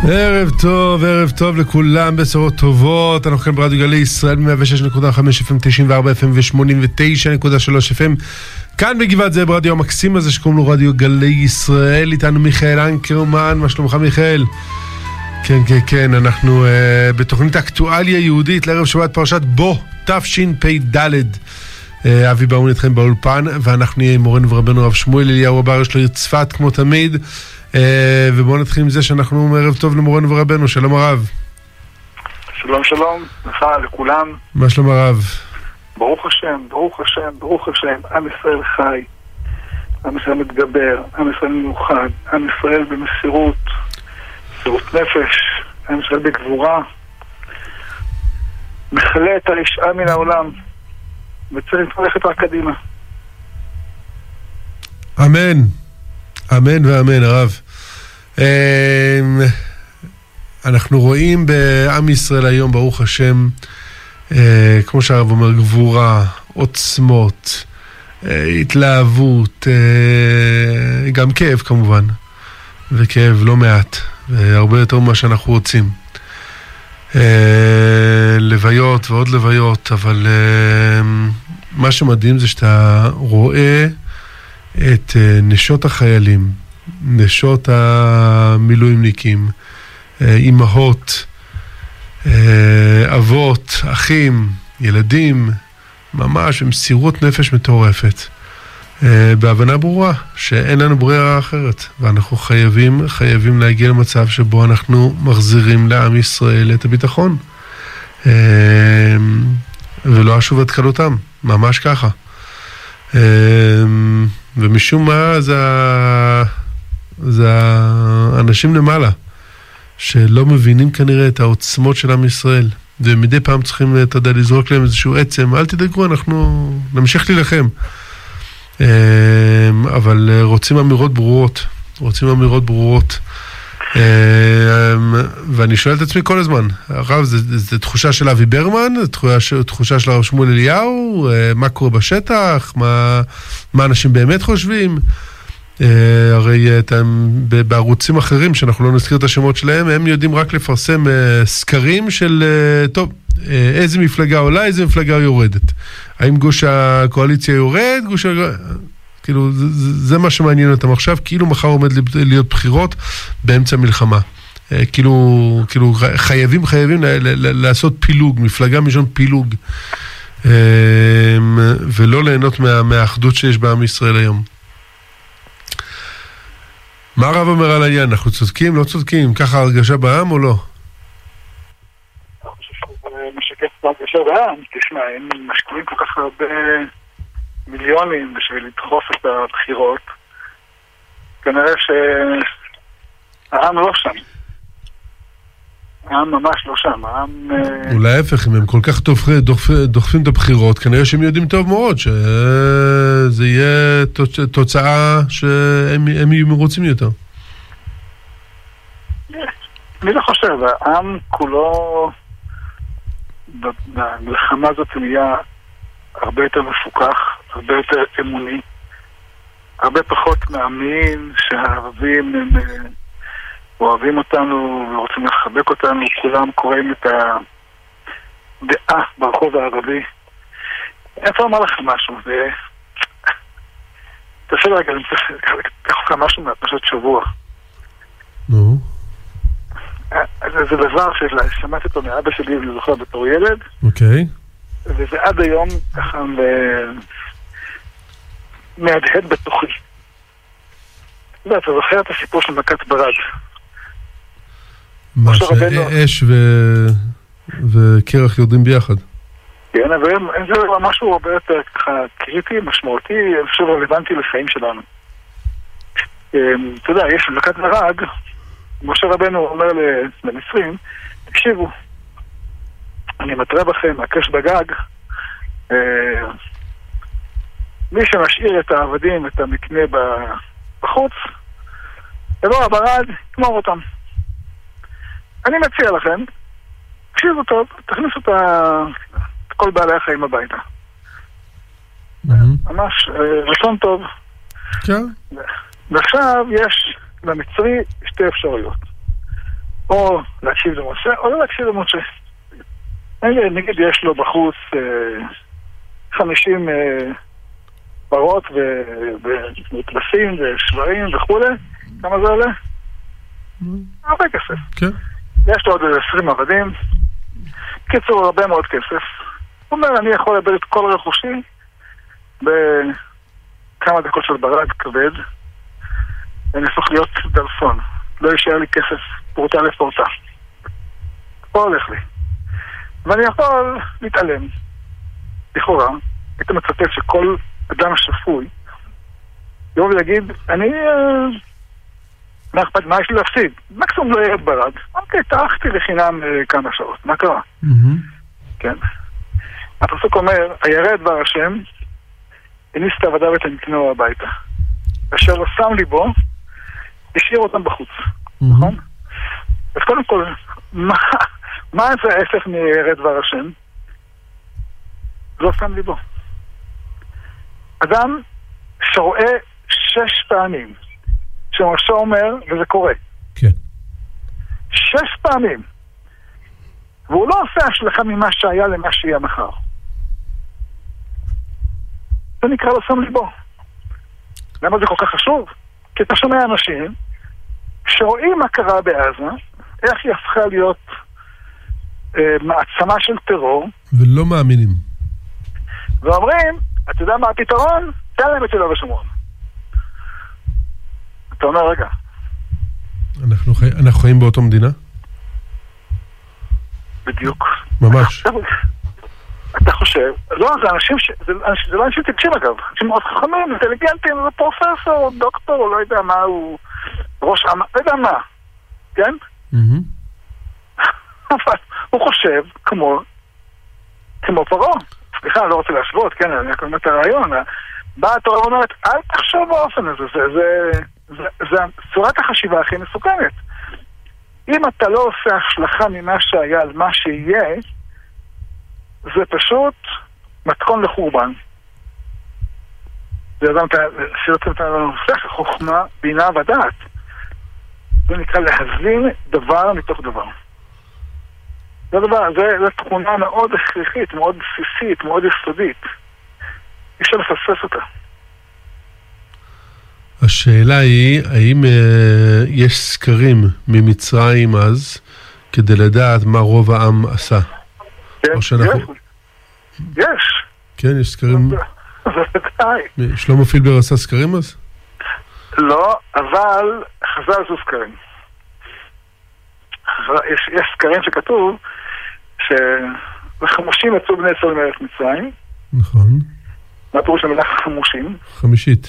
ערב טוב לכולם, בשורות טובות. אנחנו כאן ברדיו גלי ישראל 106.5 FM, 94 FM ו-89.3 FM, כאן בגבעת זאב, ברדיו המקסים הזה שקוראים לו רדיו גלי ישראל. איתנו מיכאל אנקרמן. מה שלומך מיכאל? כן, אנחנו בתוכנית אקטואליה יהודית לערב שבת פרשת בו תשפ"ד. אבי באון איתכם באולפן, ואנחנו נהיה עם מורנו ורבנו הרב שמואל אליהו הבר, יש לו צפת כמו תמיד. ובואו נתחיל עם זה שאנחנו ערב טוב למורנו ורבנו. שלום הרב. שלום לך, לכולם. מה שלום הרב? ברוך השם, עם ישראל חי, עם ישראל מתגבר, עם ישראל מיוחד, עם ישראל במסירות נפש, עם ישראל בגבורה, מחלה את הרשעה מן העולם וצריך ללכת רק קדימה. אמן ואמן הרב. אנחנו רואים בעם ישראל היום, ברוך השם, כמו שהרב אומר, גבורה, עוצמות, התלהבות, גם כאב כמובן, וכאב לא מעט, והרבה יותר ממה שאנחנו רוצים. לוויות ועוד לוויות, אבל מה שמדהים זה שאתה רואה את נשות החיילים, נשות המילואימניקים, אמהות, אבות, אחים, ילדים, ממש במסירות נפש מטורפת, בהבנה ברורה שאין לנו ברירה אחרת, ואנחנו חייבים להגיע למצב שבו אנחנו מחזירים לעם ישראל את הביטחון, ולא אשוב את קלותם, ממש ככה. ומשום מה זה האנשים למעלה שלא מבינים כנראה את העוצמות של עם ישראל, ומדי פעם צריכים לזרוק להם איזשהו עצם, אל תדאגו, אנחנו נמשיך להילחם, אבל רוצים אמירות ברורות, ואני שואל את עצמי כל הזמן, הרב, זה תחושה של אבי ברמן, זה תחושה של הרב שמואל אליהו, מה קורה בשטח, מה אנשים באמת חושבים? הרי בערוצים אחרים שאנחנו לא נזכיר את השמות שלהם, הם יודעים רק לפרסם סקרים של טוב, איזה מפלגה עולה, איזה מפלגה יורדת, האם גוש הקואליציה יורד, כאילו זה מה שמעניין אותם עכשיו, כאילו מחר עומד להיות בחירות באמצע מלחמה, כאילו חייבים לעשות פילוג, מפלגה משון פילוג, ולא ליהנות מהאחדות שיש בעם ישראל היום. מה הרב אומר על העניין? אנחנו צודקים, לא צודקים? ככה הרגשה בעם או לא? אני חושב שזה משקף את הרגשה בעם. תשמע, הם משקיעים כל כך הרבה מיליונים בשביל לדחוף את הבחירות, כנראה שהעם לא שם. העם ממש לא שם. אולי ההפך, אם הם כל כך דוחפים את הבחירות, כנראה שהם יודעים טוב מאוד שזה יהיה תוצאה שהם יהיו מרוצים יותר. אני לא חושב, העם כולו במלחמה הזאת נהיה הרבה יותר מפוקח, הרבה יותר אמוני, הרבה פחות מאמין שהערבים הם אוהבים אותנו ורוצים לחבק אותנו. כולם קוראים את הדעה ברחוב הערבי. אני רוצה לומר לכם משהו, תעשה רגע, אני אקח לך משהו מהפרשת שבוע. נו. זה דבר ששמעתי אותו מאבא שלי, אני זוכר בתור ילד. אוקיי. וזה עד היום ככה מהדהד בתוכי. אתה זוכר את הסיפור של מכת ברד? מה, שאש וקרח יורדים ביחד. כן, אבל זה משהו הרבה יותר ככה קריטי, משמעותי, אני חושב רלוונטי לחיים שלנו. אתה יודע, יש מכת ברד, משה רבנו אומר למצרים, תקשיבו, אני מטרה בכם, הקש בגג, מי שמשאיר את העבדים, את המקנה בחוץ, יבוא הברד, תמור אותם. אני מציע לכם, תקשיבו טוב, תכניסו את כל בעלי החיים הביתה. ממש רצון טוב. כן. ועכשיו יש למצרי שתי אפשרויות. או להקשיב למשה, או לא להקשיב למשה. נגיד יש לו בחוץ 50 פרות ומתבסים ושברים וכו'. כמה זה עולה? הרבה כסף. כן. יש לו עוד 20 עבדים. קיצור, הרבה מאוד כסף. הוא אומר, אני יכול לאבד את כל רכושי בכמה דקות של ברד כבד. אני אהפוך להיות דלפון. לא יישאר לי כסף פורטה לפורטה. פה הולך לי. ואני יכול להתעלם. לכאורה, היית מצטט שכל אדם שפוי יבוא ויגיד, מה יש לי להפסיד? מקסימום לא יהיה ברד. אוקיי, טרחתי לחינם כמה שעות. מה קרה? כן. הפסוק אומר, הירא דבר השם, הניס את עבדיו ותנתנו הביתה. אשר לא שם ליבו, השאיר אותם בחוץ. נכון? אז קודם כל, מה זה ההפך מירא דבר השם? לא שם ליבו. אדם שרואה 6 פעמים שמשה אומר, וזה קורה. כן. 6 פעמים. והוא לא עושה השלכה ממה שהיה למה שיהיה מחר. זה נקרא לא שם ליבו. למה זה כל כך חשוב? כי אתה שומע אנשים שרואים מה קרה בעזה, איך היא הפכה להיות מעצמה של טרור. ולא מאמינים. ואומרים, אתה יודע מה הפתרון? תן להם את יהודה ושומרון. אתה אומר, רגע. אנחנו חיים באותו מדינה? בדיוק. ממש. אתה חושב, לא, זה אנשים, זה לא אנשים טיפשים אגב, אנשים מאוד חכמים, אינטליגנטים, זה פרופסור, דוקטור, לא יודע מה הוא, ראש עמה, לא יודע מה, כן? אבל הוא חושב כמו פרעה. סליחה, אני לא רוצה להשוות, כן, אני אקרא את הרעיון. באה התורה ואומרת, אל תחשוב באופן הזה, זה צורת החשיבה הכי מסוכנת. אם אתה לא עושה השלכה ממה שהיה על מה שיהיה, זה פשוט מתכון לחורבן. זה אדם שיוצא את הנושא, חוכמה, בינה ודעת. זה נקרא להזין דבר מתוך דבר. זה תכונה מאוד הכרחית, מאוד בסיסית, מאוד יסודית. אי אפשר לפספס אותה. השאלה היא, האם יש סקרים ממצרים אז, כדי לדעת מה רוב העם עשה? כן, יש. כן, יש סקרים. בוודאי. שלמה פילבר עשה סקרים אז? לא, אבל חז"ל עשו סקרים. יש סקרים שכתוב שחמושים יצאו בני ישראל מארץ מצרים. נכון. מה פירוש המילה חמושים? חמישית.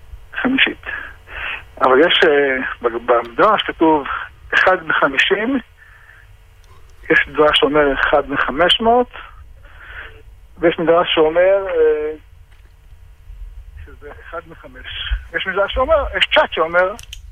אבל יש במדרש כתוב 1 מ-50, יש מדרש שאומר 1 מ-500, ויש מדרש שאומר שזה 1 מ-5. יש מדרש שאומר, יש צ'אט שאומר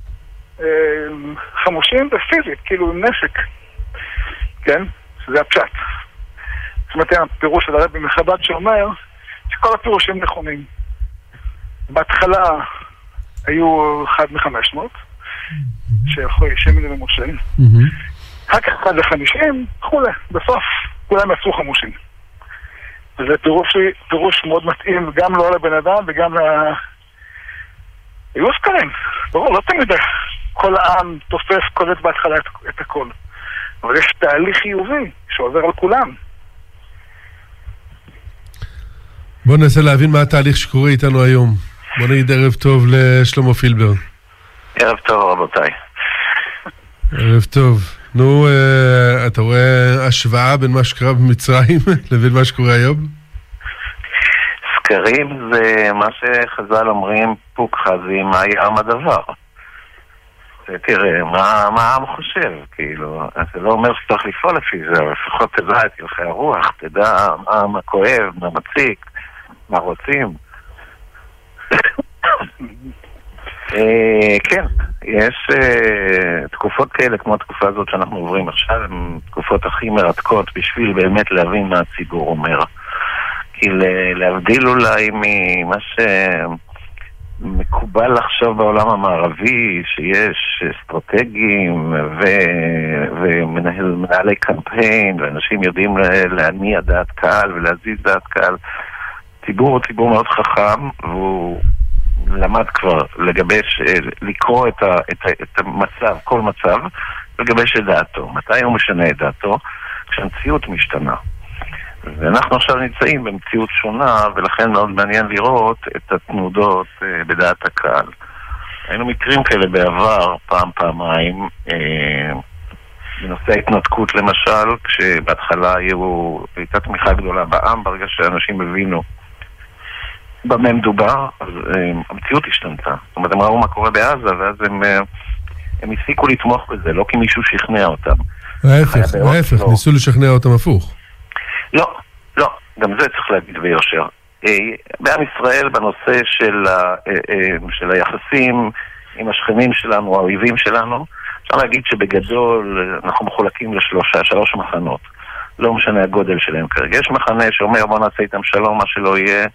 חמושים בפיזית, כאילו עם נשק, כן? שזה הפצ'אט. זאת אומרת, הפירוש של הרבי מחב"ד שאומר שכל הפירושים נכונים. בהתחלה היו 1 מ-500 שיכול ישם מזה למשה, אחר כך 1 ל-50 וכו'. בסוף כולם יצאו חמושים. וזה פירוש מאוד מתאים גם לא לבן אדם וגם היו סקרים, ברור, לא תמיד כל העם תופס קולט בהתחלה את הכל, אבל יש תהליך חיובי שעובר על כולם. בוא ננסה להבין מה התהליך שקורה איתנו היום. בוא נגיד ערב טוב לשלמה פילבר. ערב טוב רבותיי. ערב טוב. נו, אתה רואה השוואה בין מה שקרה במצרים לבין מה שקורה היום? סקרים זה מה שחז"ל אומרים פוק חזי, מה יעם הדבר. תראה, מה העם חושב, כאילו, זה לא אומר שצריך לפעול לפי זה, אבל לפחות תדע את הלכי הרוח, תדע מה כואב, מה מציק, מה רוצים. כן, יש תקופות כאלה כמו התקופה הזאת שאנחנו עוברים עכשיו, הן תקופות הכי מרתקות בשביל באמת להבין מה הציבור אומר. כי להבדיל אולי ממה מקובל לחשוב בעולם המערבי שיש אסטרטגים ומנהלי קמפיין, ואנשים יודעים להניע דעת קהל ולהזיז דעת קהל. ציבור הוא ציבור מאוד חכם, והוא למד כבר לגבש, לקרוא את המצב, כל מצב, לגבש את דעתו. מתי הוא משנה את דעתו? כשהמציאות משתנה. ואנחנו עכשיו נמצאים במציאות שונה, ולכן מאוד מעניין לראות את התנודות בדעת הקהל. היינו מקרים כאלה בעבר, פעמיים, בנושא ההתנתקות למשל, כשבהתחלה הייתה תמיכה גדולה בעם, ברגע שאנשים הבינו במה מדובר, אז המציאות השתנתה. זאת אומרת, הם ראו מה קורה בעזה, ואז הם הפסיקו לתמוך בזה, לא כי מישהו שכנע אותם. ההפך, ניסו לשכנע אותם הפוך. לא, גם זה צריך להגיד ביושר. בעם ישראל בנושא של היחסים עם השכנים שלנו, האויבים שלנו, אפשר להגיד שבגדול אנחנו מחולקים לשלוש מחנות. לא משנה הגודל שלהם כרגע. יש מחנה שאומר בוא נעשה איתם שלום, מה שלא יהיה,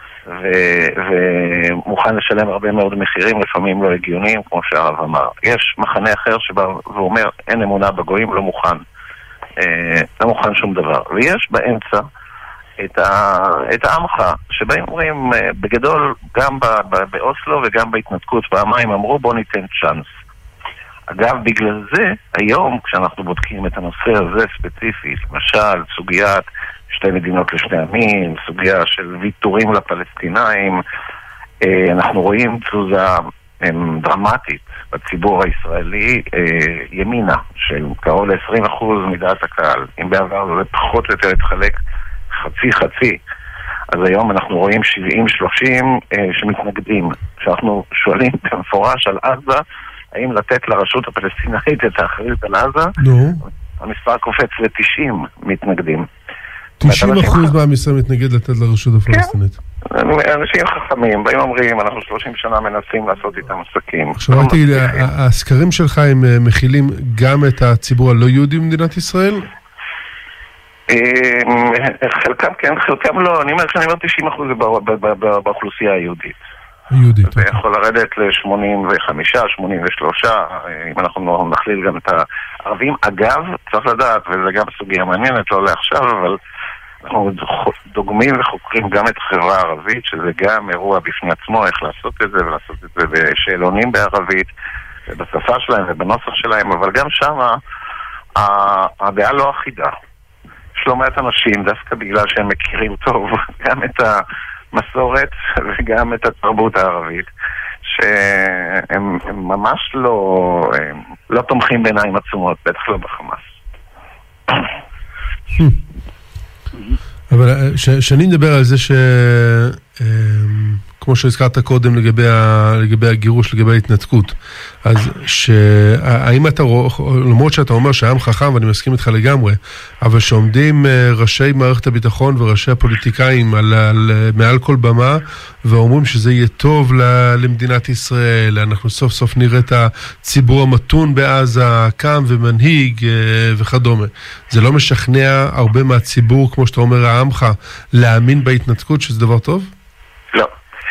ומוכן לשלם הרבה מאוד מחירים, לפעמים לא הגיוניים, כמו שהרב אמר. יש מחנה אחר שבא ואומר אין אמונה בגויים, לא מוכן שום דבר. ויש באמצע את העמך, שבאים אומרים בגדול, גם באוסלו וגם בהתנתקות פעמיים אמרו בוא ניתן צ'אנס. אגב, בגלל זה, היום כשאנחנו בודקים את הנושא הזה ספציפית, למשל סוגיית שתי מדינות לשני עמים, סוגיה של ויתורים לפלסטינאים, אנחנו רואים תזוזה דרמטית בציבור הישראלי ימינה, של קרוב ל-20% מדעת הקהל. אם בעבר זה פחות או יותר התחלק חצי, אז היום אנחנו רואים 70-30 שמתנגדים. כשאנחנו שואלים במפורש על עזה, האם לתת לרשות הפלסטינאית את האחריות על עזה, המספר קופץ ל-90 מתנגדים. 90% מהעם ישראל מתנגד לתת לרשות הפלסטינית. אנשים חכמים, באים אומרים, אנחנו 30 שנה מנסים לעשות איתם עסקים. עכשיו ראיתי, הסקרים שלך הם מכילים גם את הציבור הלא יהודי במדינת ישראל? חלקם כן, חלקם לא. אני אומר 90% באוכלוסייה היהודית. יהודית. זה יכול לרדת ל-85, 83, אם אנחנו נכליל גם את הערבים. אגב, צריך לדעת, וזה גם סוגיה מעניינת, לא לעכשיו, אבל אנחנו דוגמים וחוקרים גם את החברה הערבית, שזה גם אירוע בפני עצמו, איך לעשות את זה, ולעשות את זה בשאלונים בערבית, בשפה שלהם ובנוסח שלהם, אבל גם שם הדעה לא אחידה. יש לא מעט אנשים, דווקא בגלל שהם מכירים טוב, גם את המסורת וגם את התרבות הערבית, שהם ממש לא תומכים בעיניים עצומות, בטח לא בחמאס. אבל שאני מדבר על זה כמו שהזכרת קודם לגבי הגירוש, לגבי ההתנתקות, אז האם אתה, למרות שאתה אומר שהעם חכם, ואני מסכים איתך לגמרי, אבל שעומדים ראשי מערכת הביטחון וראשי הפוליטיקאים מעל כל במה, ואומרים שזה יהיה טוב למדינת ישראל, אנחנו סוף סוף נראה את הציבור המתון בעזה, קם ומנהיג וכדומה. זה לא משכנע הרבה מהציבור, כמו שאתה אומר, העמך, להאמין בהתנתקות, שזה דבר טוב? לא.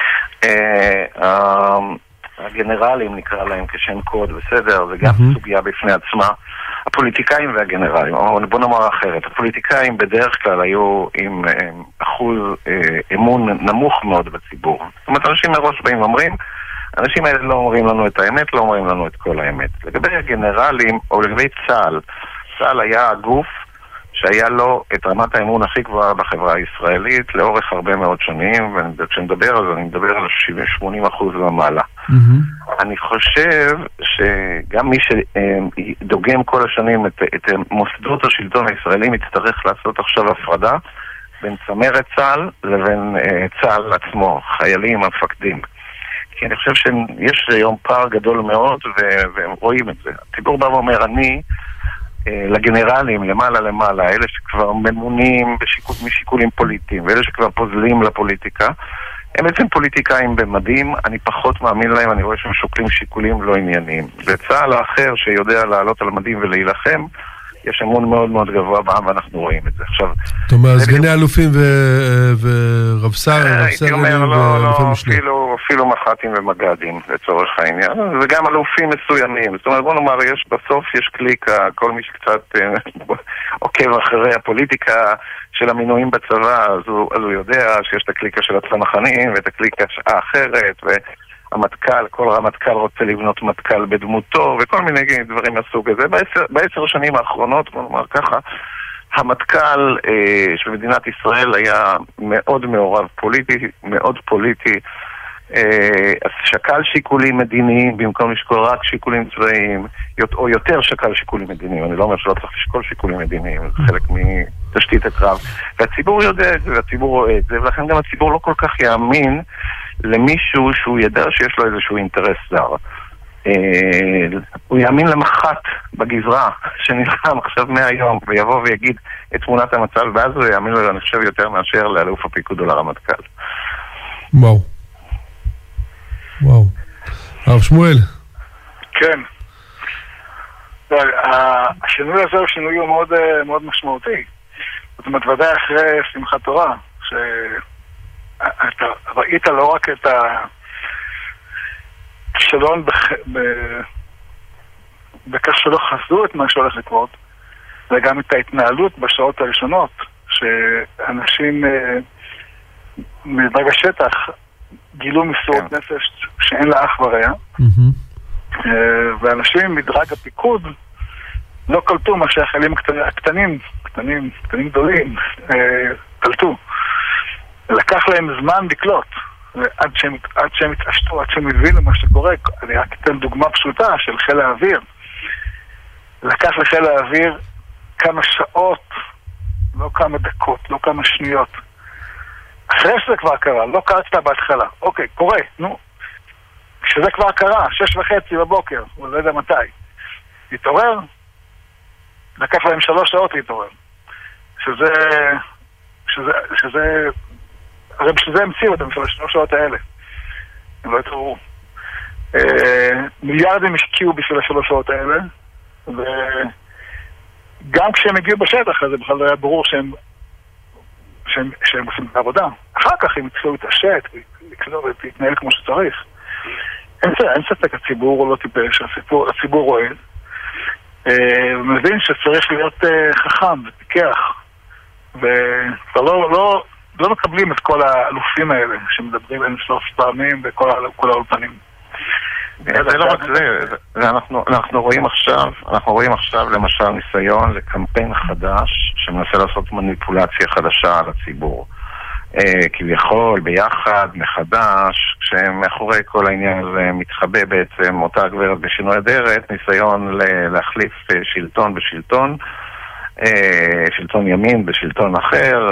הגנרלים נקרא להם כשם קוד, בסדר, זה גם סוגיה בפני עצמה. הפוליטיקאים והגנרלים, בוא נאמר אחרת, הפוליטיקאים בדרך כלל היו עם אחוז אמון נמוך מאוד בציבור. זאת אומרת, אנשים מראש באים ואומרים, האנשים האלה לא אומרים לנו את האמת, לא אומרים לנו את כל האמת. לגבי הגנרלים, או לגבי צה"ל, צה"ל היה הגוף שהיה לו את רמת האמון הכי גבוהה בחברה הישראלית לאורך הרבה מאוד שנים, וכשנדבר על זה, אני מדבר על 70-80% ומעלה. אני חושב שגם מי שדוגם כל השנים את מוסדות השלטון הישראלי יצטרך לעשות עכשיו הפרדה בין צמרת צה"ל לבין צה"ל עצמו, חיילים, המפקדים. כי אני חושב שיש היום פער גדול מאוד והם רואים את זה. הציבור בא ואומר, אני לגנרלים, למעלה, אלה שכבר ממונים משיקולים פוליטיים, ואלה שכבר פוזלים לפוליטיקה, הם בעצם פוליטיקאים במדים, אני פחות מאמין להם, אני רואה שהם שוקלים שיקולים לא ענייניים. וצה"ל האחר שיודע לעלות על מדים ולהילחם, יש אמון מאוד מאוד גבוה בעם, ואנחנו רואים את זה. עכשיו, זאת אומרת, סגני אלופים ורב שר, הייתי אומר, לא, אפילו מח"טים ומג"דים לצורך העניין, וגם אלופים מסוימים. זאת אומרת, בוא נאמר, בסוף יש קליקה, כל מי שקצת עוקב אחרי הפוליטיקה של המינויים בצבא, אז הוא יודע שיש את הקליקה של הצנחנים ואת הקליקה האחרת, והמטכ"ל, כל רמטכ"ל רוצה לבנות מטכ"ל בדמותו, וכל מיני דברים מהסוג הזה. ב10 שנים האחרונות, בוא נאמר ככה, המטכ"ל של מדינת ישראל היה מאוד מעורב פוליטי, מאוד פוליטי, שקל שיקולים מדיניים במקום לשקול רק שיקולים צבאיים, או יותר שקל שיקולים מדיניים. אני לא אומר שלא צריך לשקול שיקולים מדיניים, זה חלק מתשתית הקרב, והציבור יודע את זה והציבור רואה את זה, ולכן גם הציבור לא כל כך יאמין למישהו שהוא ידע שיש לו איזשהו אינטרס זר. הוא יאמין למח"ט בגזרה שנלחם עכשיו מהיום ויבוא ויגיד את תמונת המצב, ואז הוא יאמין לו, אני חושב, יותר מאשר לאלוף הפיקוד או לרמטכ"ל. וואו. הרב שמואל. כן. השינוי הזה הוא שינוי מאוד, מאוד משמעותי. זאת אומרת, ודאי אחרי שמחת תורה, שאתה ראית לא רק את הכישלון בכך שלא חזו את מה שהולך לקרות, וגם את ההתנהלות בשעות הראשונות, שאנשים מדרג השטח גילו מסירות נפש שאין לה אח ורע, ואנשים מדרג הפיקוד לא קלטו מה שהחיילים הקטנים גדולים קלטו. לקח להם זמן לקלוט, עד שהם התעשתו, עד שהם הבינו מה שקורה. אני רק אתן דוגמה פשוטה של חיל האוויר. לקח לחיל האוויר כמה שעות, לא כמה דקות, לא כמה שניות. אחרי שזה כבר קרה, לא קרצת בהתחלה. אוקיי, קורה, נו. כשזה כבר קרה, 6:30 בבוקר, הוא לא יודע מתי. להתעורר, לקח להם 3 שעות להתעורר. הרי בשביל זה המציאו אותם, של 3 שעות האלה. הם לא התעוררו. מיליארדים השקיעו בשביל 3 שעות האלה, וגם כשהם הגיעו בשטח, אז זה בכלל היה ברור שהם עושים את העבודה. אחר כך הם התחילו להתעשת, להתנהל כמו שצריך. אין ספק, הציבור לא טיפש, הציבור רואה, ומבין שצריך להיות חכם ופיקח, וכבר לא מקבלים את כל האלופים האלה שמדברים אין סוף פעמים בכל האולפנים. זה לא רק זה, אנחנו רואים עכשיו למשל ניסיון לקמפיין חדש שמנסה לעשות מניפולציה חדשה על הציבור, כביכול ביחד מחדש, כשמאחורי כל העניין הזה מתחבא בעצם אותה גברת בשינוי אדרת, ניסיון להחליף שלטון בשלטון, שלטון ימין בשלטון אחר,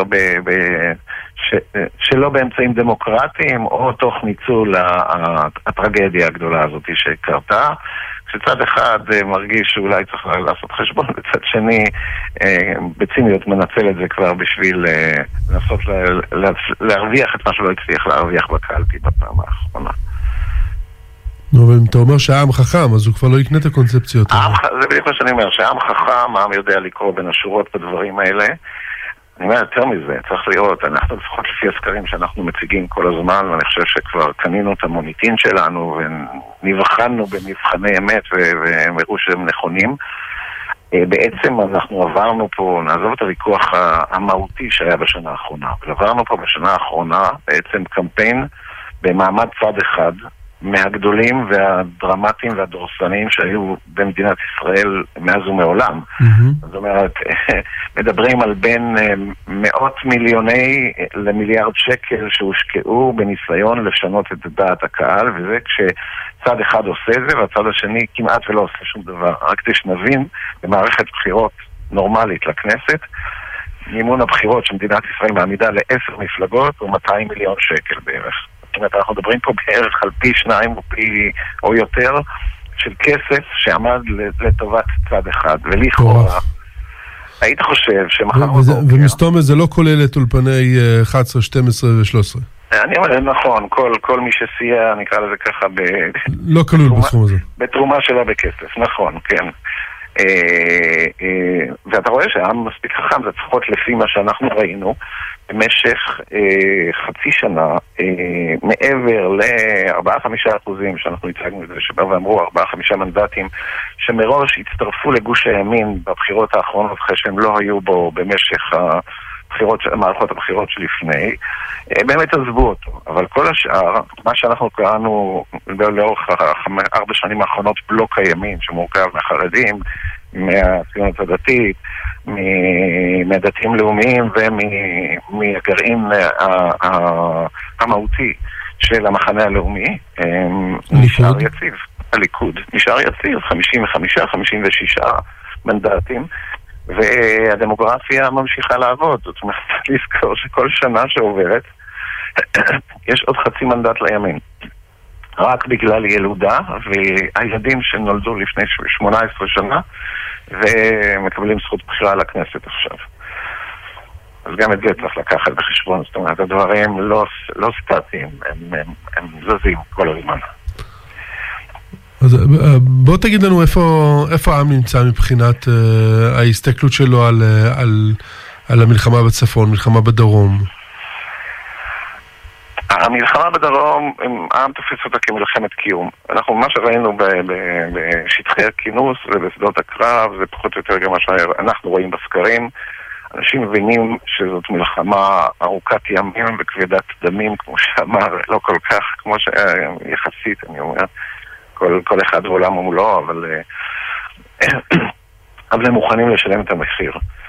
שלא באמצעים דמוקרטיים, או תוך ניצול הטרגדיה הגדולה הזאת שקרתה. כשצד אחד מרגיש שאולי צריך לעשות חשבון, בצד שני בציניות מנצל את זה כבר בשביל לנסות להרוויח את מה שלא הצליח להרוויח בקלפי בפעם האחרונה. אבל אם אתה אומר שהעם חכם, אז הוא כבר לא יקנה את הקונספציות. זה בדיוק מה שאני אומר, שהעם חכם, העם יודע לקרוא בין השורות בדברים האלה. אני אומר יותר מזה, צריך לראות, אנחנו לפחות לפי הסקרים שאנחנו מציגים כל הזמן, ואני חושב שכבר קנינו את המוניטין שלנו, ונבחנו במבחני אמת, והם הראו שהם נכונים. בעצם אנחנו עברנו פה, נעזוב את הוויכוח המהותי שהיה בשנה האחרונה, אבל עברנו פה בשנה האחרונה בעצם קמפיין במעמד צד אחד, מהגדולים והדרמטיים והדורסניים שהיו במדינת ישראל מאז ומעולם. זאת אומרת, מדברים על בין מאות מיליוני למיליארד שקל שהושקעו בניסיון לשנות את דעת הקהל, וזה כשצד אחד עושה זה והצד השני כמעט ולא עושה שום דבר. רק תשנבין, במערכת בחירות נורמלית לכנסת, מימון הבחירות שמדינת ישראל מעמידה ל10 מפלגות הוא 200 מיליון שקל בערך. זאת אומרת, אנחנו מדברים פה בערך על פי 2 או יותר של כסף שעמד לטובת צד אחד. ולכאורה, היית חושב שמחר בבוקר... ומסתום זה לא כולל את אולפני 11, 12 ו-13. אני אומר, נכון, כל מי שסייע, נקרא לזה ככה, לא כלול בסכום הזה. בתרומה שלה בכסף, נכון, כן. ואתה רואה מקווה שהעם מספיק חכם, זה לפחות לפי מה שאנחנו ראינו, במשך חצי שנה, מעבר ל4-5% שאנחנו הצגנו את זה, שבאו ואמרו 4-5 מנדטים, שמראש הצטרפו לגוש הימין בבחירות האחרונות, אחרי שהם לא היו בו במשך מערכות הבחירות שלפני, באמת עזבו אותו. אבל כל השאר, מה שאנחנו קראנו לאורך 4 שנים האחרונות בלוק הימין, שמורכב מהחרדים, מהציונות הדתית, מהדתיים לאומיים ומהגרעין המהותי של המחנה הלאומי, נשאר יציב. הליכוד נשאר יציב, 55-56 מנדטים, והדמוגרפיה ממשיכה לעבוד. זאת אומרת, לזכור שכל שנה שעוברת יש עוד חצי מנדט לימין. רק בגלל ילודה, והילדים שנולדו לפני 18 שנה, ומקבלים זכות בחירה לכנסת עכשיו. אז גם את זה צריך לקחת בחשבון. זאת אומרת, הדברים לא סטטיים, הם זזים כל הזמן. אז בוא תגיד לנו איפה העם נמצא מבחינת ההסתכלות שלו על המלחמה בצפון, מלחמה בדרום. המלחמה בדרום, העם תופס אותה כמלחמת קיום. מה שראינו בשטחי הכינוס ובשדות הקרב, זה פחות או יותר גם מה שאנחנו רואים בסקרים. אנשים מבינים שזאת מלחמה ארוכת ימים וכבדת דמים, כמו שאמר, לא כל כך, כמו שיחסית, אני אומר. כל אחד בעולם ומולו, אבל הם מוכנים לשלם את המחיר.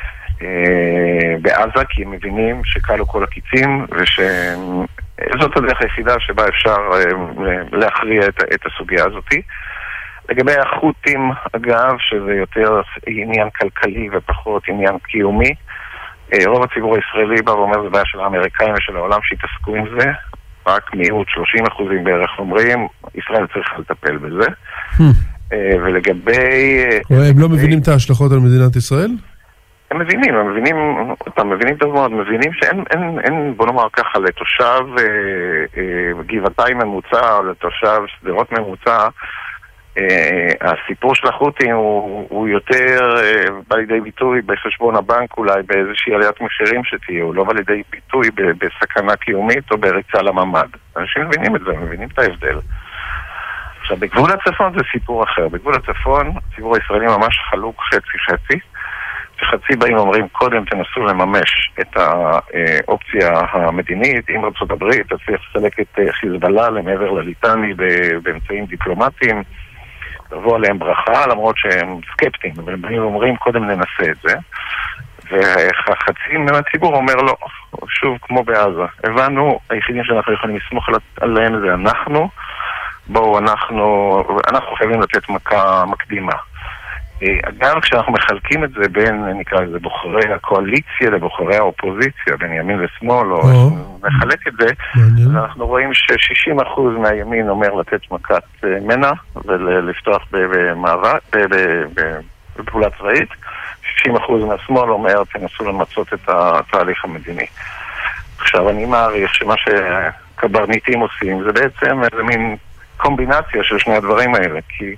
בעזה, כי הם מבינים שקלו כל הקיצים, ושזאת הדרך היחידה שבה אפשר להכריע את הסוגיה הזאת. לגבי החות'ים, אגב, שזה יותר עניין כלכלי ופחות עניין קיומי, רוב הציבור הישראלי בא ואומר, זה בעיה של האמריקאים ושל העולם שהתעסקו עם זה, רק מיעוט 30% בערך אומרים, ישראל צריכה לטפל בזה. ולגבי... הם לא מבינים את ההשלכות על מדינת ישראל? הם מבינים טוב מאוד, מבינים שאין, בוא נאמר ככה, לתושב גבעתיים ממוצע, או לתושב שדרות ממוצע, הסיפור של החות'ים הוא יותר בא לידי ביטוי בחשבון הבנק, אולי באיזושהי עליית מחירים שתהיה, הוא לא בא לידי ביטוי בסכנה קיומית או בריצה לממד. אנשים מבינים את זה, מבינים את ההבדל. עכשיו, בגבול הצפון זה סיפור אחר. בגבול הצפון, הציבור הישראלי ממש חלוק חצי-חצי. שחצי באים אומרים, קודם תנסו לממש את האופציה המדינית, אם ארצות הברית תצליח לסלק את חיזבאללה למעבר לליטני באמצעים דיפלומטיים, תבוא עליהם ברכה, למרות שהם סקפטיים, אבל הם אומרים, קודם ננסה את זה. וחצי מהציבור אומר לא, שוב כמו בעזה. הבנו, היחידים שאנחנו יכולים לסמוך עליהם זה אנחנו, בואו אנחנו חייבים לתת מכה מקדימה. אגב, כשאנחנו מחלקים את זה בין, נקרא לזה, בוחרי הקואליציה לבוחרי האופוזיציה, בין ימין ושמאל, או נחלק את זה, אז אנחנו רואים ש60% מהימין אומר לתת מכת מנע, ולפתוח במאבק, בפעולה צבאית, 60% מהשמאל אומר, תנסו למצות את התהליך המדיני. עכשיו, אני מעריך שמה שקברניטים עושים, זה בעצם איזה מין קומבינציה של שני הדברים האלה, כי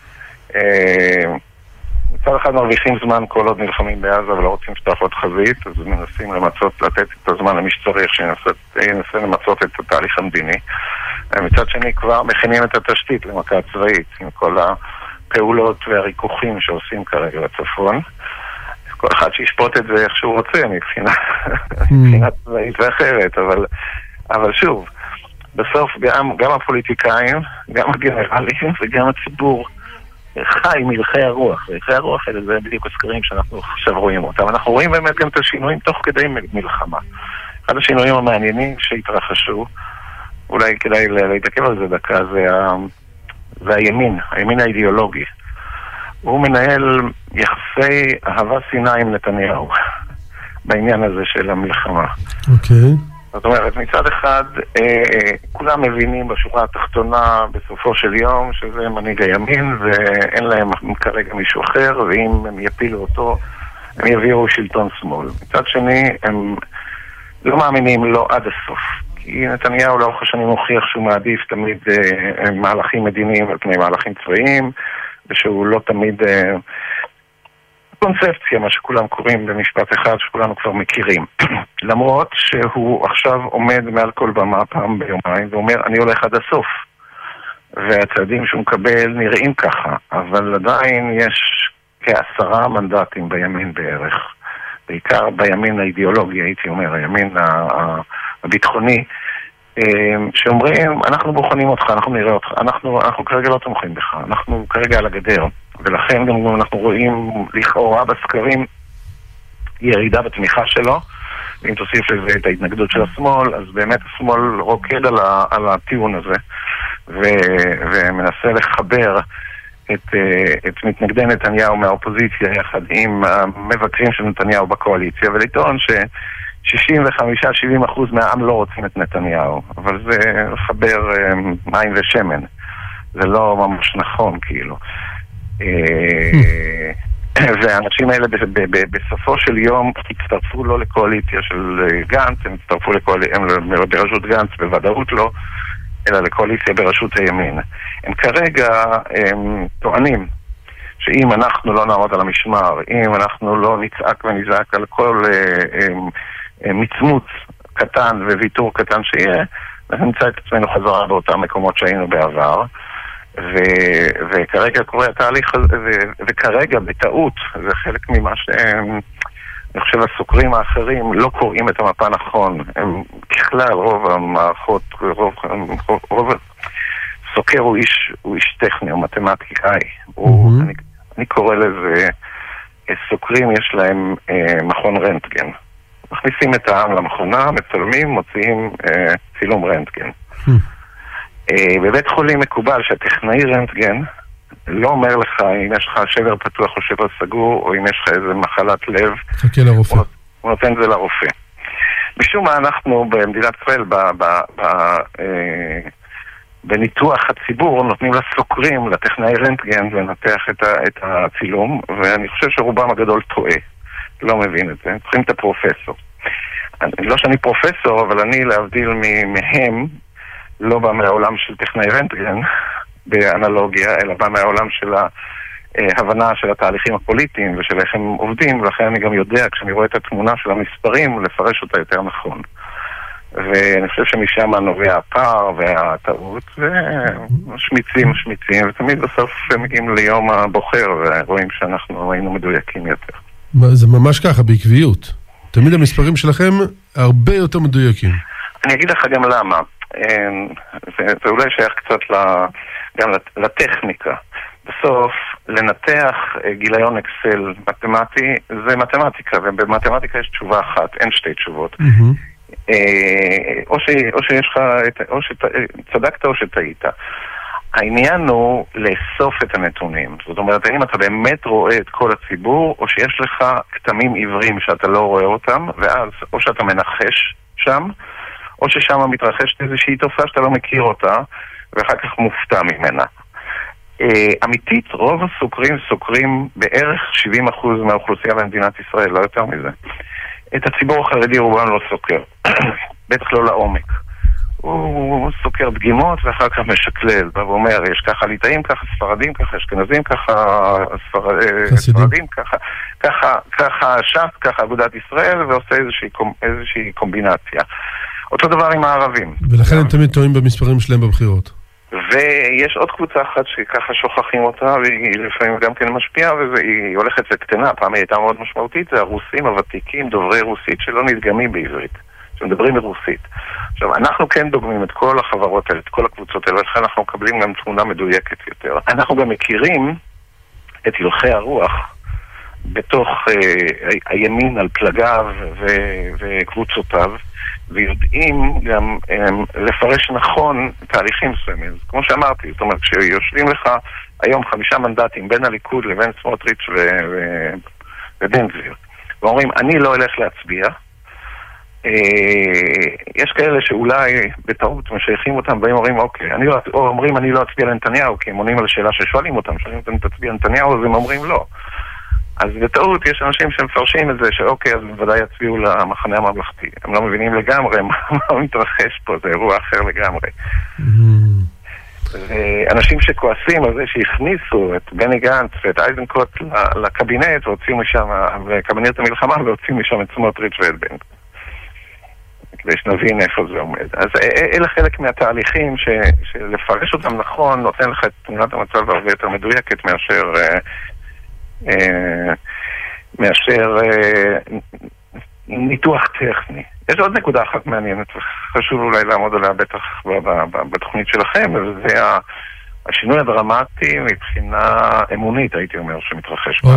מצד אחד מרוויחים זמן כל עוד נלחמים בעזה ולא רוצים לפתוח עוד חזית, אז מנסים לתת את הזמן למי שצריך שינסה למצות את התהליך המדיני. מצד שני כבר מכינים את התשתית למכה צבאית עם כל הפעולות והריכוחים שעושים כרגע בצפון. כל אחד שישפוט את זה איך שהוא רוצה מבחינה צבאית ואחרת, אבל שוב, בסוף גם הפוליטיקאים, גם הגנרלים וגם הציבור חי מלכי הרוח. מלכי הרוח האלה זה בדיוק הסקרים שאנחנו עכשיו רואים אותם. אנחנו רואים באמת גם את השינויים תוך כדי מלחמה. אחד השינויים המעניינים שהתרחשו, אולי כדאי להתעכב על זה דקה, זה הימין האידיאולוגי. הוא מנהל יחסי אהבה שנאה עם נתניהו בעניין הזה של המלחמה. אוקיי. זאת אומרת, מצד אחד, כולם מבינים בשורה התחתונה בסופו של יום שזה מנהיג הימין ואין להם כרגע מישהו אחר, ואם הם יפילו אותו, הם יביאו שלטון שמאל. מצד שני, הם לא מאמינים לו עד הסוף. כי נתניהו לאורך השנים הוכיח שהוא מעדיף תמיד מהלכים מדיניים על פני מהלכים צבאיים, ושהוא לא תמיד קונספציה, מה שכולם קוראים במשפט אחד, שכולנו כבר מכירים. למרות שהוא עכשיו עומד מעל כל במה פעם ביומיים, ואומר, אני הולך עד הסוף. והצעדים שהוא מקבל נראים ככה, אבל עדיין יש כ10 מנדטים בימין בערך. בעיקר בימין האידיאולוגי, הייתי אומר, הימין הביטחוני, שאומרים, אנחנו בוחנים אותך, אנחנו נראה אותך, אנחנו כרגע לא תומכים בך, אנחנו כרגע על הגדר, ולכן גם אנחנו רואים לכאורה בסקרים ירידה בתמיכה שלו, ואם תוסיף לזה את ההתנגדות של השמאל, אז באמת השמאל רוקד על הטיעון הזה, ומנסה לחבר את מתנגדי נתניהו מהאופוזיציה יחד עם המבקרים של נתניהו בקואליציה, ולטעון ש65-70% מהעם לא רוצים את נתניהו, אבל זה לחבר מים ושמן, זה לא ממש נכון כאילו. והאנשים האלה בסופו של יום הצטרפו לא לקואליציה של גנץ, הם הצטרפו בראשות גנץ בוודאות לא, אלא לקואליציה בראשות הימין. הם כרגע טוענים שאם אנחנו לא נעמוד על המשמר, אם אנחנו לא נצעק ונזעק על כל מצמוץ קטן וויתור קטן שיהיה, אז נמצא את עצמנו חזרה באותם מקומות שהיינו בעבר. וכרגע קורה התהליך הזה, וכרגע בטעות, זה חלק ממה שהם, אני חושב הסוקרים האחרים לא קוראים את המפה נכון. הם ככלל רוב המערכות, רוב סוקר הוא איש טכני, הוא מתמטיקאי. אני קורא לזה, סוקרים יש להם מכון רנטגן. מכניסים את העם למכונה, מצלמים, מוציאים צילום רנטגן. בבית חולים מקובל שהטכנאי רנטגן לא אומר לך אם יש לך שבר פתוח או שבר סגור, או אם יש לך איזה מחלת לב. חכה לרופא. הוא נותן את זה לרופא. משום מה אנחנו במדינת ישראל, בניתוח הציבור, נותנים לסוקרים, לטכנאי רנטגן, לנתח את הצילום, ואני חושב שרובם הגדול טועה. לא מבין את זה. צריכים את הפרופסור. לא שאני פרופסור, אבל אני להבדיל מהם, לא בא מהעולם של טכנאי רנטגן באנלוגיה, אלא בא מהעולם של ההבנה של התהליכים הפוליטיים ושל איך הם עובדים, ולכן אני גם יודע, כשאני רואה את התמונה של המספרים, לפרש אותה יותר נכון. ואני חושב שמשם נובע הפער והטעות, ושמיצים, ותמיד בסוף מגיעים ליום הבוחר, ורואים שאנחנו היינו מדויקים יותר. זה ממש ככה, בעקביות. תמיד המספרים שלכם הרבה יותר מדויקים. אני אגיד לך גם למה. זה אולי שייך קצת גם לטכניקה. בסוף, לנתח גיליון אקסל מתמטי, זה מתמטיקה, ובמתמטיקה יש תשובה אחת, אין שתי תשובות. או שיש לך, או שצדקת או שטעית. העניין הוא לאסוף את הנתונים. זאת אומרת, האם אתה באמת רואה את כל הציבור, או שיש לך כתמים עיוורים שאתה לא רואה אותם, ואז או שאתה מנחש שם, או ששם מתרחשת איזושהי תופעה שאתה לא מכיר אותה, ואחר כך מופתע ממנה. אמיתית, רוב הסוקרים סוקרים בערך 70% מהאוכלוסייה במדינת ישראל, לא יותר מזה. את הציבור החרדי רובם לא סוקר, בטח לא לעומק. הוא סוקר דגימות ואחר כך משקלל, ואומר, יש ככה ליטאים, ככה ספרדים, ככה אשכנזים, ככה ספרדים, ככה ש"ס, ככה אגודת ישראל, ועושה איזושהי קומבינציה. אותו דבר עם הערבים. ולכן הם תמיד טועים במספרים שלהם בבחירות. ויש עוד קבוצה אחת שככה שוכחים אותה, והיא לפעמים גם כן משפיעה, והיא הולכת וקטנה, פעם היא הייתה מאוד משמעותית, זה הרוסים הוותיקים, דוברי רוסית, שלא נדגמים בעברית, שמדברים ברוסית. עכשיו, אנחנו כן דוגמים את כל החברות האלה, את כל הקבוצות האלה, ולכן אנחנו מקבלים גם תמונה מדויקת יותר. אנחנו גם מכירים את הלכי הרוח בתוך הימין על פלגיו וקבוצותיו, ויודעים גם לפרש נכון תהליכים מסוימים. כמו שאמרתי, זאת אומרת, כשיושבים לך היום 5 מנדטים בין הליכוד לבין סמוטריץ' ובן גביר, ואומרים, אני לא אלך להצביע, יש כאלה שאולי בטעות משייכים אותם, והם אומרים, אוקיי, או אומרים, אני לא אצביע לנתניהו, כי הם עונים על השאלה ששואלים אותם, שואלים אותם, תצביע לנתניהו, אז הם אומרים לא. אז בטעות יש אנשים שמפרשים את זה, שאוקיי, אז בוודאי יצביעו למחנה הממלכתי. הם לא מבינים לגמרי מה מתרחש פה, זה אירוע אחר לגמרי. אנשים שכועסים על זה שהכניסו את בני גנץ ואת אייזנקוט לקבינט והוציאו משם, לקבינט המלחמה והוציאו משם את סמוטריץ' ואת בן. כדי שנבין איפה זה עומד. אז אלה חלק מהתהליכים שלפרש אותם נכון נותן לך את תמונת המצב הרבה יותר מדויקת מאשר ניתוח טכני. יש עוד נקודה אחת מעניינת, וחשוב אולי לעמוד עליה בטח בתוכנית שלכם, וזה השינוי הדרמטי מבחינה אמונית, הייתי אומר, שמתרחש בה.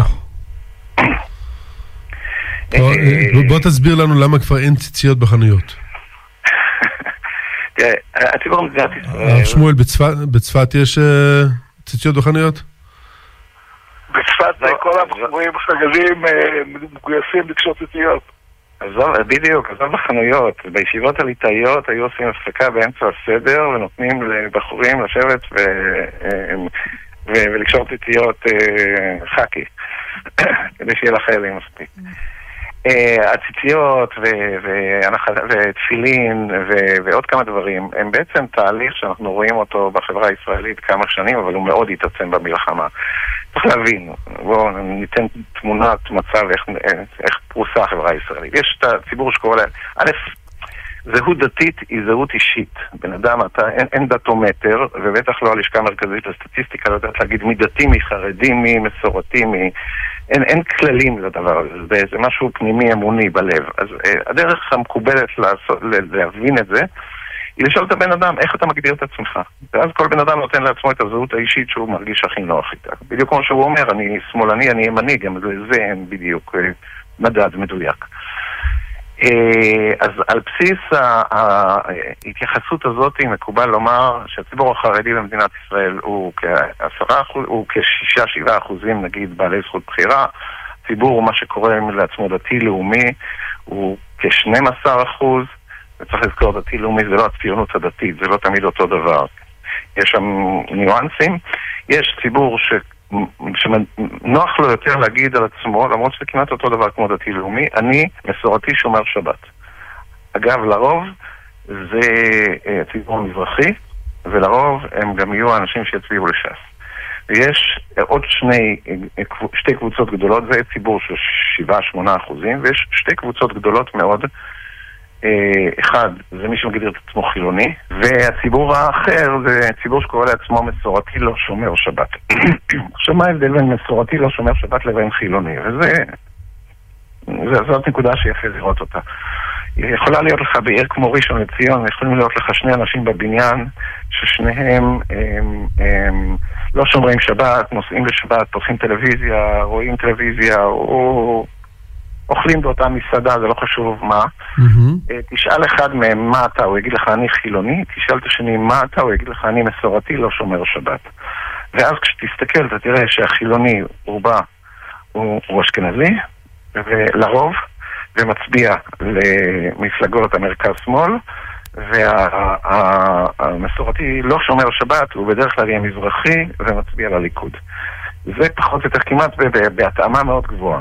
בוא תסביר לנו למה כבר אין ציציות בחנויות. תראה, הציבור במדינת ישראל... שמואל, בצפת יש ציציות בחנויות? בצפת כל הבחורים חגזים מגויסים לקשות ציציות. בדיוק, עזוב בחנויות. בישיבות הליטאיות היו עושים הפסקה באמצע הסדר ונותנים לבחורים לשבת ולקשור ציציות חכי כדי שיהיה לחיילים מספיק. הציציות ותפילין ועוד כמה דברים הם בעצם תהליך שאנחנו רואים אותו בחברה הישראלית כמה שנים, אבל הוא מאוד התעצם במלחמה. צריך להבין, בואו ניתן תמונת מצב איך פרוסה החברה הישראלית. יש את הציבור שקורא להם, א', זהות דתית היא זהות אישית. בן אדם, אין דתומטר, ובטח לא הלשכה המרכזית לסטטיסטיקה, לדעת להגיד מי דתי, מי חרדי, מי מסורתי, אין כללים לדבר הזה, זה משהו פנימי אמוני בלב. אז הדרך המקובלת להבין את זה, היא לשאול את הבן אדם, איך אתה מגדיר את עצמך? ואז כל בן אדם נותן לעצמו את הזהות האישית שהוא מרגיש הכי נוח איתה. בדיוק כמו שהוא אומר, אני שמאלני, אני ימני, גם זה אין בדיוק מדד מדויק. אז על בסיס ההתייחסות הזאת מקובל לומר שהציבור החרדי במדינת ישראל הוא כ6-7% נגיד בעלי זכות בחירה. ציבור, מה שקורא לעצמו דתי-לאומי, הוא כ12%, וצריך לזכור, דתי-לאומי זה לא הציונות הדתית, זה לא תמיד אותו דבר. יש שם ניואנסים. יש ציבור שנוח לו יותר להגיד על עצמו, למרות שזה כמעט אותו דבר כמו דתי-לאומי, אני מסורתי שומר שבת. אגב, לרוב זה ציבור מזרחי, ולרוב הם גם יהיו האנשים שיצביעו לש"ס. ויש עוד שתי קבוצות גדולות, זה ציבור של 7-8%, ויש שתי קבוצות גדולות מאוד. אחד, זה מי שמגדיר את עצמו חילוני, והציבור האחר זה ציבור שקורא לעצמו מסורתי לא שומר שבת. עכשיו מה ההבדל בין מסורתי לא שומר שבת לבין חילוני? זאת נקודה שיפה לראות אותה. יכולה להיות לך בעיר כמו ראשון לציון, יכולים להיות לך שני אנשים בבניין ששניהם לא שומרים שבת, נוסעים לשבת, פותחים טלוויזיה, רואים טלוויזיה או אוכלים באותה מסעדה, זה לא חשוב מה. תשאל אחד מהם מה אתה, הוא יגיד לך אני חילוני, תשאל את השני מה אתה, הוא יגיד לך אני מסורתי לא שומר שבת. ואז כשתסתכל אתה תראה שהחילוני רובה הוא אשכנזי ולרוב ומצביע למפלגות המרכז-שמאל, והמסורתי לא שומר שבת, הוא בדרך כלל יהיה מזרחי ומצביע לליכוד. זה פחות או יותר כמעט בהתאמה מאוד גבוהה.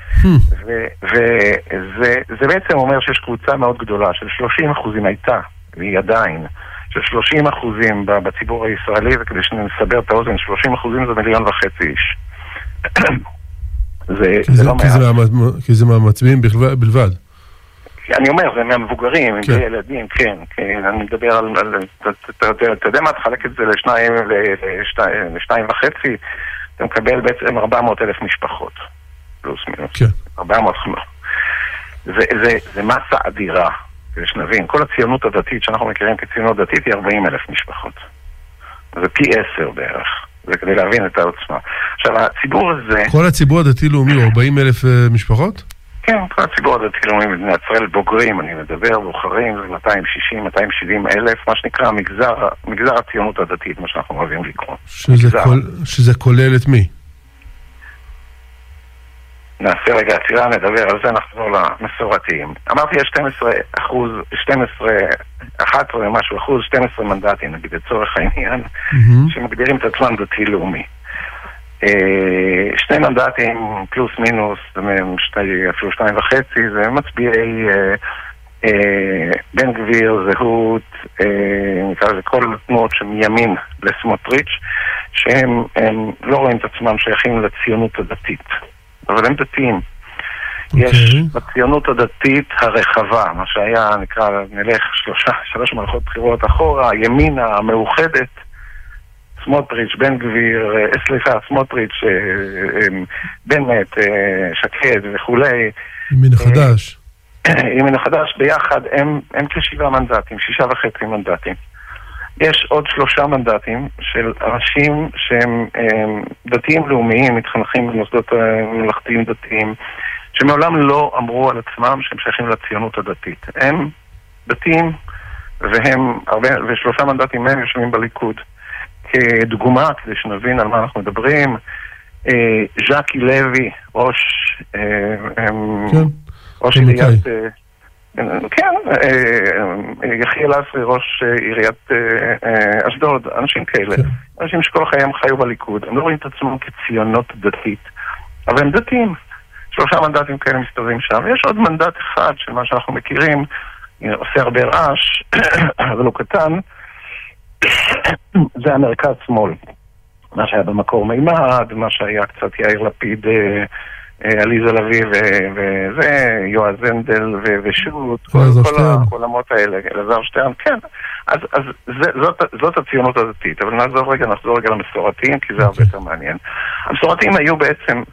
וזה בעצם אומר שיש קבוצה מאוד גדולה של 30% הייתה, והיא עדיין, של 30% בציבור הישראלי, וכדי שנסבר את האוזן, 30% זה 1.5 מיליון איש. זה לא מעט. כי זה מהמצביעים בלבד. אני אומר, זה מהמבוגרים, זה ילדים, כן. אני מדבר על, אתה יודע מה, תחלק את זה ל2.5, אתה מקבל בעצם 400,000 משפחות. פלוס מינוס. 450. זה מסה אדירה. כדי שנבין, כל הציונות הדתית שאנחנו מכירים כציונות דתית היא 40,000 משפחות. זה פי 10 בערך. זה כדי להבין את העוצמה. עכשיו, הציבור הזה... כל הציבור הדתי-לאומי הוא 40,000 משפחות? כן, כל הציבור הדתי-לאומי במדינת ישראל בוגרים, אני מדבר, בוחרים, זה 260,000-270,000, מה שנקרא מגזר הציונות הדתית, מה שאנחנו אוהבים לקרוא. שזה כולל את מי? נעשה רגע עצירה, נדבר על זה, נחזור למסורתיים. אמרתי, יש 11 משהו אחוז, 12 מנדטים, נגיד, לצורך העניין, שמגדירים את עצמם דתי-לאומי. 2 מנדטים פלוס מינוס, אפילו 2.5, זה מצביעי בן גביר, זהות, נקרא לזה כל התנועות שמימין לסמוטריץ', שהם לא רואים את עצמם שייכים לציונות הדתית, אבל הם דתיים. יש בציונות הדתית הרחבה, מה שהיה, נלך שלוש מערכות בחירות אחורה, ימינה המאוחדת, סמוטריץ', בן גביר, סמוטריץ', בנט, שקד וכולי. ימין החדש. ימין החדש ביחד הם כ7 מנדטים, 6.5 מנדטים. יש עוד 3 מנדטים של אנשים שהם דתיים לאומיים, מתחנכים במוסדות ממלכתיים דתיים, שמעולם לא אמרו על עצמם שהם שייכים לציונות הדתית. הם דתיים, ו3 מנדטים מהם יושבים בליכוד. כדוגמה, כדי שנבין על מה אנחנו מדברים, ז'קי לוי, ראש עיריית, כן, יחיאל לסרי, ראש עיריית אשדוד, אנשים כאלה, אנשים שכל חייהם חיו בליכוד, הם לא רואים את עצמם כציונות דתית, אבל הם דתיים. 3 מנדטים כאלה מסתובבים שם. יש עוד מנדט אחד של מה שאנחנו מכירים, עושה הרבה רעש, אבל הוא קטן, זה המרכז שמאל. מה שהיה במקור מימד, מה שהיה קצת יאיר לפיד, עליזה לביא וזה, יועז הנדל ושות, כל העולמות האלה, אלעזר שטרן, כן. אז זאת הציונות הדתית, אבל נחזור רגע למסורתיים, כי זה הרבה יותר מעניין. המסורתיים היו בעצם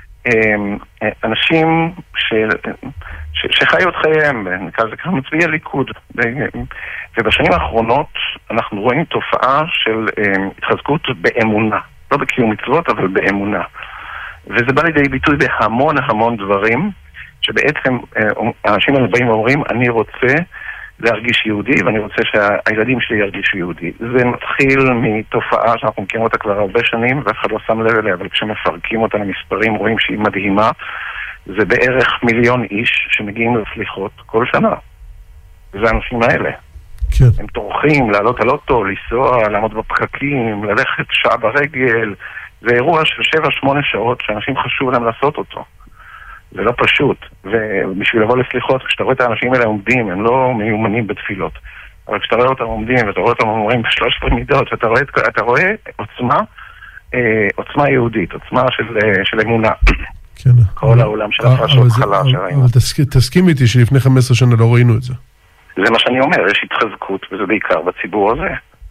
אנשים שחיו את חייהם, נקרא לזה ככה מצביעי ליכוד. ובשנים האחרונות אנחנו רואים תופעה של התחזקות באמונה, לא בקיום מצוות אבל באמונה, וזה בא לידי ביטוי בהמון המון דברים, שבעצם האנשים האלה באים ואומרים אני רוצה להרגיש יהודי ואני רוצה שהילדים שלי ירגישו יהודי. זה מתחיל מתופעה שאנחנו מכירים אותה כבר הרבה שנים ואף אחד לא שם לב אליה, אבל כשמפרקים אותה למספרים רואים שהיא מדהימה. זה בערך 1,000,000 איש שמגיעים לסליחות כל שנה. וזה האנשים האלה. כן. הם טורחים לעלות על אוטו, לנסוע, לעמוד בפקקים, ללכת שעה ברגל. זה אירוע של 7-8 שעות שאנשים חשוב להם לעשות אותו. זה לא פשוט. ובשביל לבוא לסליחות, כשאתה רואה את האנשים האלה עומדים, הם לא מיומנים בתפילות. אבל כשאתה רואה אותם עומדים, ואתה רואה אותם אומרים ב13 מידות, ואתה רואה עוצמה יהודית, עוצמה של אמונה. כן. כל העולם של הפרשות חלה שראינו. אבל תסכים איתי שלפני 15 שנה לא ראינו את זה. זה מה שאני אומר, יש התחזקות, וזה בעיקר בציבור הזה.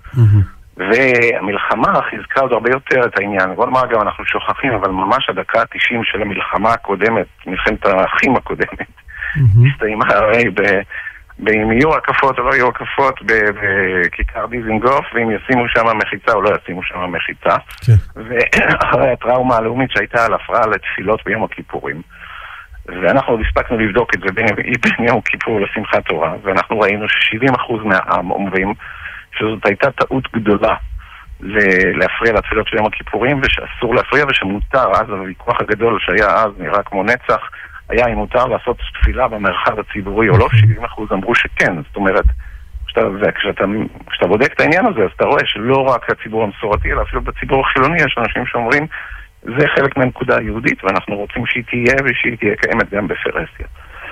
והמלחמה חיזקה עוד הרבה יותר את העניין. בוא נאמר גם אנחנו שוכחים, אבל ממש הדקה ה-90 של המלחמה הקודמת, מלחמת האחים הקודמת, הסתיימה הרי אם יהיו הקפות או לא יהיו הקפות בכיכר דיזינגוף, ואם ישימו שם מחיצה או לא ישימו שם מחיצה. ואחרי הטראומה הלאומית שהייתה על הפרעה לתפילות ביום הכיפורים. ואנחנו עוד הספקנו לבדוק את זה בין יום הכיפור לשמחת תורה, ואנחנו ראינו ש70% מהעם אומרים שזאת הייתה טעות גדולה להפריע לתפילות של יום הכיפורים, ושאסור להפריע ושמותר. אז הוויכוח הגדול שהיה אז נראה כמו נצח, היה אם מותר לעשות תפילה במרחב הציבורי או לא. 70% אמרו שכן. זאת אומרת, כשאתה בודק את העניין הזה, אז אתה רואה שלא רק הציבור המסורתי, אלא אפילו בציבור החילוני יש אנשים שאומרים זה חלק מהנקודה היהודית, ואנחנו רוצים שהיא תהיה ושהיא תהיה קיימת גם בפרהסיה.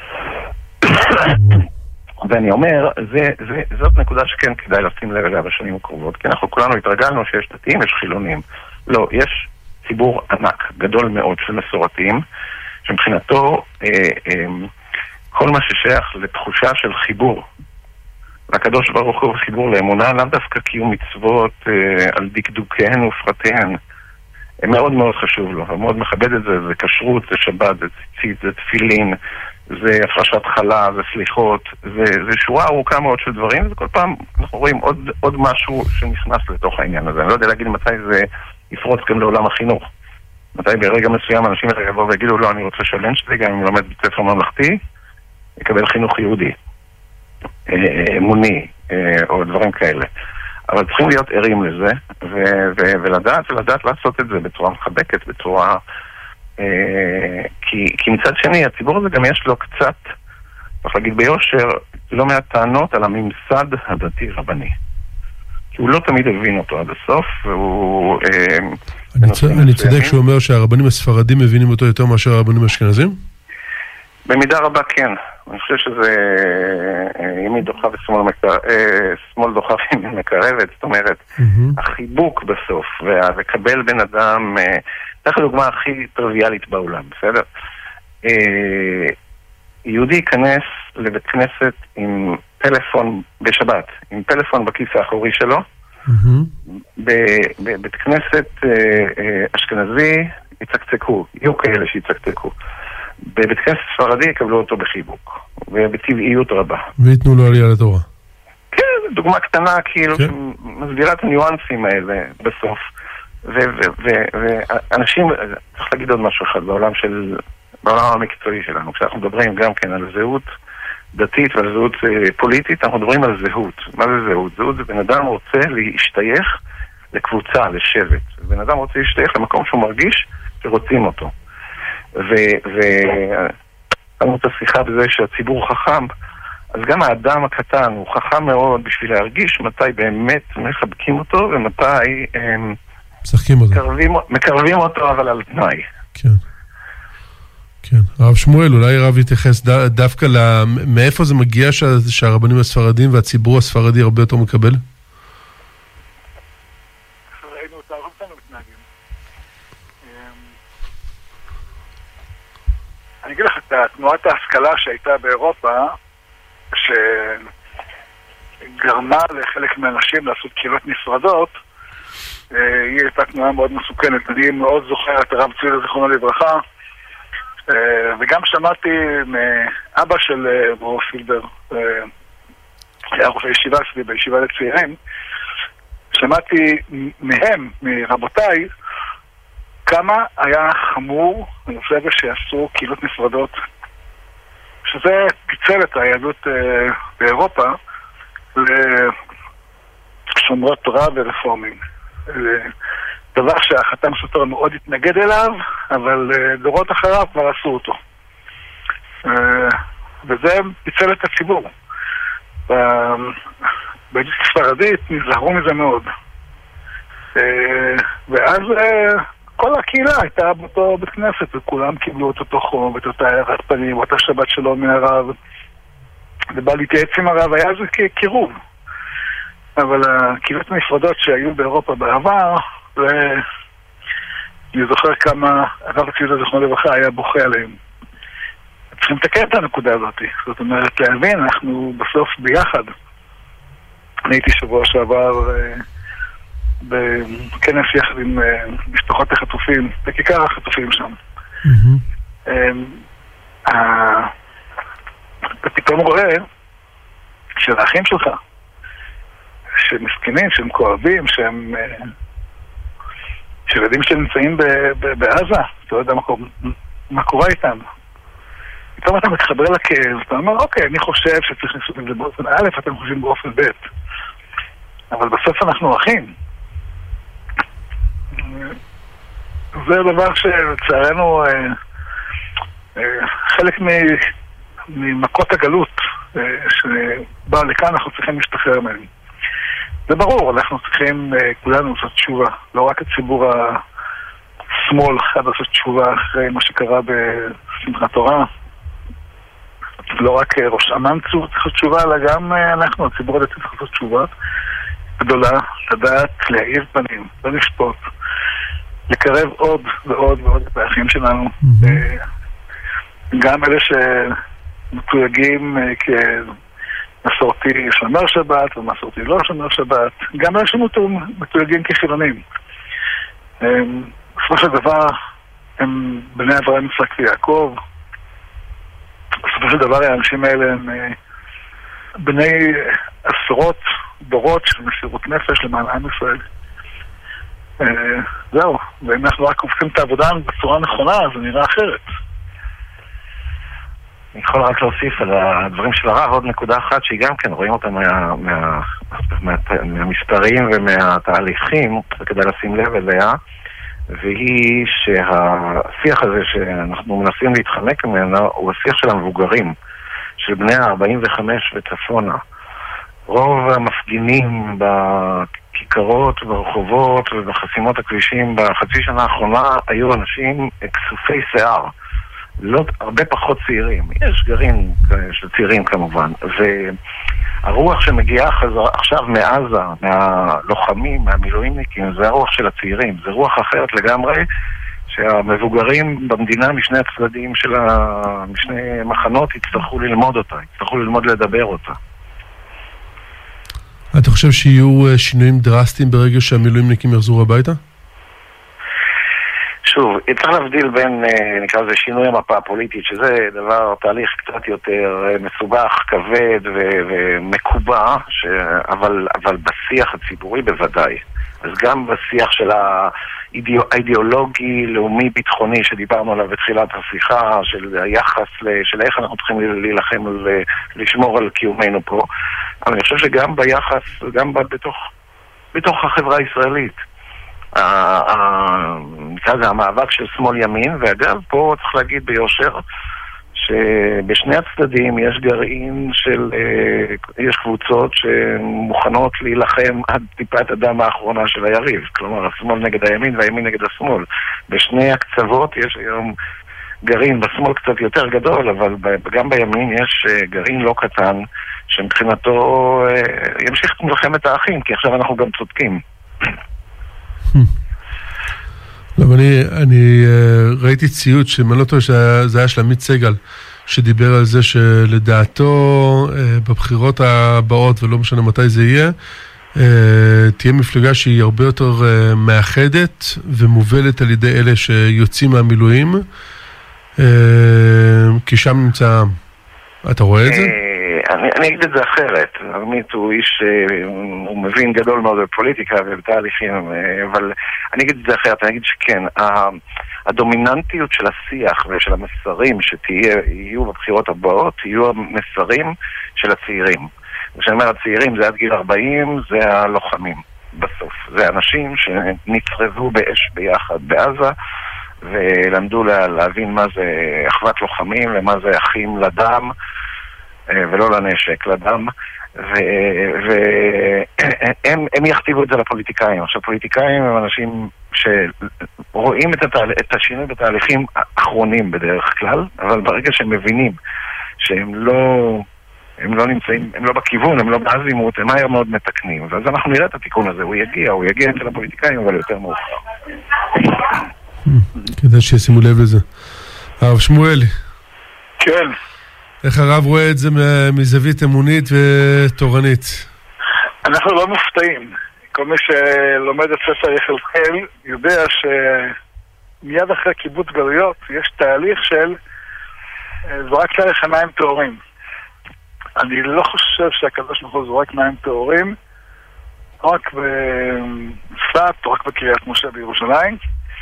ואני אומר, זאת נקודה שכן כדאי לשים לב אליה בשנים הקרובות, כי אנחנו כולנו התרגלנו שיש דתיים, יש חילונים. לא, יש ציבור ענק, גדול מאוד של מסורתיים, שמבחינתו כל מה ששייך לתחושה של חיבור לקדוש ברוך הוא, חיבור לאמונה, לאו דווקא קיום מצוות על דקדוקיהן ופרטיהן, מאוד מאוד חשוב לו, הוא מאוד מכבד את זה. זה כשרות, זה שבת, זה ציצית, זה תפילין, זה הפרשת חלה, זה סליחות, זה שורה ארוכה מאוד של דברים, וכל פעם אנחנו רואים עוד משהו שנכנס לתוך העניין הזה. אני לא יודע להגיד מתי זה יפרוץ גם לעולם החינוך, מתי ברגע מסוים אנשים יבואו ויגידו לא, אני רוצה שהבן שלי גם אם לומד בית ספר ממלכתי יקבל חינוך יהודי אמוני או דברים כאלה. אבל צריכים להיות ערים לזה ולדעת לעשות את זה בצורה מחבקת, בצורה כי מצד שני הציבור הזה גם יש לו קצת, צריך להגיד ביושר, לא מעט טענות על הממסד הדתי רבני, כי הוא לא תמיד הבין אותו עד הסוף, והוא אני צודק שהוא אומר שהרבנים הספרדים מבינים אותו יותר מאשר הרבנים האשכנזים? במידה רבה כן. אני חושב שזה ימין דוחה ושמאל דוחה וימין מקרבת, זאת אומרת, החיבוק בסוף, ולקבל בן אדם, תחת הדוגמה הכי טריוויאלית בעולם, בסדר? יהודי ייכנס לבית כנסת עם טלפון בשבת, עם טלפון בכיס האחורי שלו, בבית כנסת אשכנזי יצקצקו, יהיו כאלה שיצקצקו. בבית כנסת ספרדי יקבלו אותו בחיבוק, ובטבעיות רבה. ויתנו לו עלייה לתורה. כן, דוגמה קטנה כאילו, שמסבירה את הניואנסים האלה בסוף. ואנשים, צריך להגיד עוד משהו אחד, בעולם המקצועי שלנו, כשאנחנו מדברים גם כן על זהות דתית ועל זהות פוליטית, אנחנו מדברים על זהות. מה זה זהות? זהות זה בן אדם רוצה להשתייך לקבוצה, לשבט. בן אדם רוצה להשתייך למקום שהוא מרגיש שרוצים אותו. ואני רוצה שיחה בזה שהציבור חכם, אז גם האדם הקטן הוא חכם מאוד בשביל להרגיש מתי באמת מחבקים אותו ומתי מקרבים אותו, אבל על תנאי. כן. כן. הרב שמואל, אולי הרב יתייחס דווקא מאיפה זה מגיע שהרבנים הספרדים והציבור הספרדי הרבה יותר מקבל? ראינו את הערב שלנו מתנהגים. אני אגיד לך את תנועת ההשכלה שהייתה באירופה, שגרמה לחלק מהאנשים לעשות קהילות נפרדות, היא הייתה תנועה מאוד מסוכנת. אני מאוד זוכר את הרב צבי זיכרונו לברכה, וגם שמעתי מאבא של ברור פילבר, היה רופא ישיבה שלי בישיבה לצעירים, שמעתי מהם, מרבותיי, כמה היה חמור בנושא הזה שעשו קהילות נפרדות, שזה פיצל את היהדות באירופה לשומרות תורה ורפורמים. דבר שהחתם סופר מאוד התנגד אליו, אבל דורות אחריו כבר עשו אותו. וזה פיצל את הציבור. ביהדות הספרדית נזהרו מזה מאוד. ואז כל הקהילה הייתה באותו בית כנסת, וכולם קיבלו את אותו חום, ואת אותה הערת פנים, ואותה שבת שלום מהרב. ובא להתייעץ עם הרב, היה זה כקירוב. אבל הקהילות הנפרדות שהיו באירופה בעבר, ואני זוכר כמה הרב צבי זיכרונו לברכה היה בוכה עליהם. צריכים לתקן את הנקודה הזאת. זאת אומרת, להבין, אנחנו בסוף ביחד. אני הייתי שבוע שעבר בכנס יחד עם משפחות החטופים, בכיכר החטופים שם. אתה פתאום רואה של האחים שלך, שהם מסכנים, שהם כואבים, שהם ילדים שנמצאים בעזה, אתה לא יודע מה קורה איתם. פתאום אתה מתחבר לכאב, אתה אומר, אוקיי, אני חושב שצריך לעשות את זה באופן א', אתם חושבים באופן ב', אבל בסוף אנחנו אחים. זה דבר שלצערנו חלק ממכות הגלות שבא לכאן, אנחנו צריכים להשתחרר מהם. זה ברור, אנחנו צריכים כולנו לעשות תשובה, לא רק הציבור השמאל חייב לעשות תשובה אחרי מה שקרה בשמחת תורה, לא רק ראש אמ"ן צריך לעשות תשובה, אלא גם אנחנו, הציבור הדתי צריך לעשות תשובה גדולה, לדעת להאיר פנים, לא לשפוט, לקרב עוד ועוד ועוד את האחים שלנו, גם אלה שמתויגים כמסורתי שומר שבת ומסורתי לא שומר שבת, גם אלה שמתויגים כחילונים. בסופו של דבר הם בני אברהם, יצחק ויעקב. בסופו של דבר האנשים האלה הם בני עשרות דורות של מסירות נפש למען עם ישראל. זהו, ואם אנחנו רק עושים את העבודה בצורה נכונה, זה נראה אחרת. אני יכול רק להוסיף על הדברים של הרב עוד נקודה אחת שהיא גם כן רואים אותה מהמספרים ומהתהליכים, כדאי לשים לב אליה, והיא שהשיח הזה שאנחנו מנסים להתחמק ממנה הוא השיח של המבוגרים, של בני ה-45 וצפונה. רוב המפגינים בכיכרות, ברחובות ובחסימות הכבישים בחצי שנה האחרונה היו אנשים כסופי שיער. לא, הרבה פחות צעירים. יש גרעין של צעירים כמובן, והרוח שמגיעה עכשיו מעזה, מהלוחמים, מהמילואימניקים, זה הרוח של הצעירים, זה רוח אחרת לגמרי, שהמבוגרים במדינה משני הצדדים משני מחנות יצטרכו ללמוד אותה, יצטרכו ללמוד לדבר אותה. אתה חושב שיהיו שינויים דרסטיים ברגע שהמילואימניקים יחזרו הביתה? שוב, צריך להבדיל בין, נקרא לזה, שינוי המפה הפוליטית, שזה תהליך קצת יותר מסובך, כבד ומקובע, אבל בשיח הציבורי בוודאי. אז גם בשיח של האידיאולוגי, לאומי, ביטחוני, שדיברנו עליו בתחילת השיחה, של היחס, של איך אנחנו צריכים להילחם, לשמור על קיומנו פה. אבל אני חושב שגם ביחס, גם בתוך החברה הישראלית. זה המאבק של שמאל ימין, ואגב, פה צריך להגיד ביושר, שבשני הצדדים יש גרעין יש קבוצות שמוכנות להילחם עד טיפת הדם האחרונה של היריב. כלומר, השמאל נגד הימין והימין נגד השמאל. בשני הקצוות יש היום גרעין, בשמאל קצת יותר גדול, אבל גם בימין יש גרעין לא קטן, שמבחינתו ימשיך את מלחמת האחים, כי עכשיו אנחנו גם צודקים. אני ראיתי ציוט שמלא שזה היה של עמית סגל, שדיבר על זה שלדעתו בבחירות הבאות, ולא משנה מתי זה יהיה, תהיה מפלגה שהיא הרבה יותר מאחדת ומובלת על ידי אלה שיוצאים מהמילואים, כי שם נמצא העם. אתה רואה את זה? אני אגיד את זה אחרת. עמית הוא איש, הוא מבין גדול מאוד בפוליטיקה ובתהליכים, אבל אני אגיד את זה אחרת. אני אגיד שכן, הדומיננטיות של השיח ושל המסרים שיהיו בבחירות הבאות, יהיו המסרים של הצעירים. כשאני אומר הצעירים, זה עד גיל 40, זה הלוחמים בסוף. זה אנשים שנצרבו באש ביחד בעזה, ולמדו להבין מה זה אחוות לוחמים ומה זה אחים לדם, ולא לנשק, לדם, והם יכתיבו את זה לפוליטיקאים. עכשיו, פוליטיקאים הם אנשים שרואים את השינוי בתהליכים האחרונים בדרך כלל, אבל ברגע שהם מבינים שהם לא נמצאים, הם לא בכיוון, הם לא בעזימות, הם מהר מאוד מתקנים. ואז אנחנו נראה את התיקון הזה, הוא יגיע אצל הפוליטיקאים, אבל יותר מאוחר. כדאי שישימו לב לזה. הרב שמואלי. כן. איך הרב רואה את זה מזווית אמונית ותורנית? אנחנו לא מופתעים. כל מי שלומד את ספר יחזקאל יודע שמיד אחרי קיבוץ גלויות יש תהליך של זורק דרך מים טהורים. אני לא חושב שהקדוש ברוך הוא זורק מים טהורים רק בצפת או רק בקריית משה בירושלים.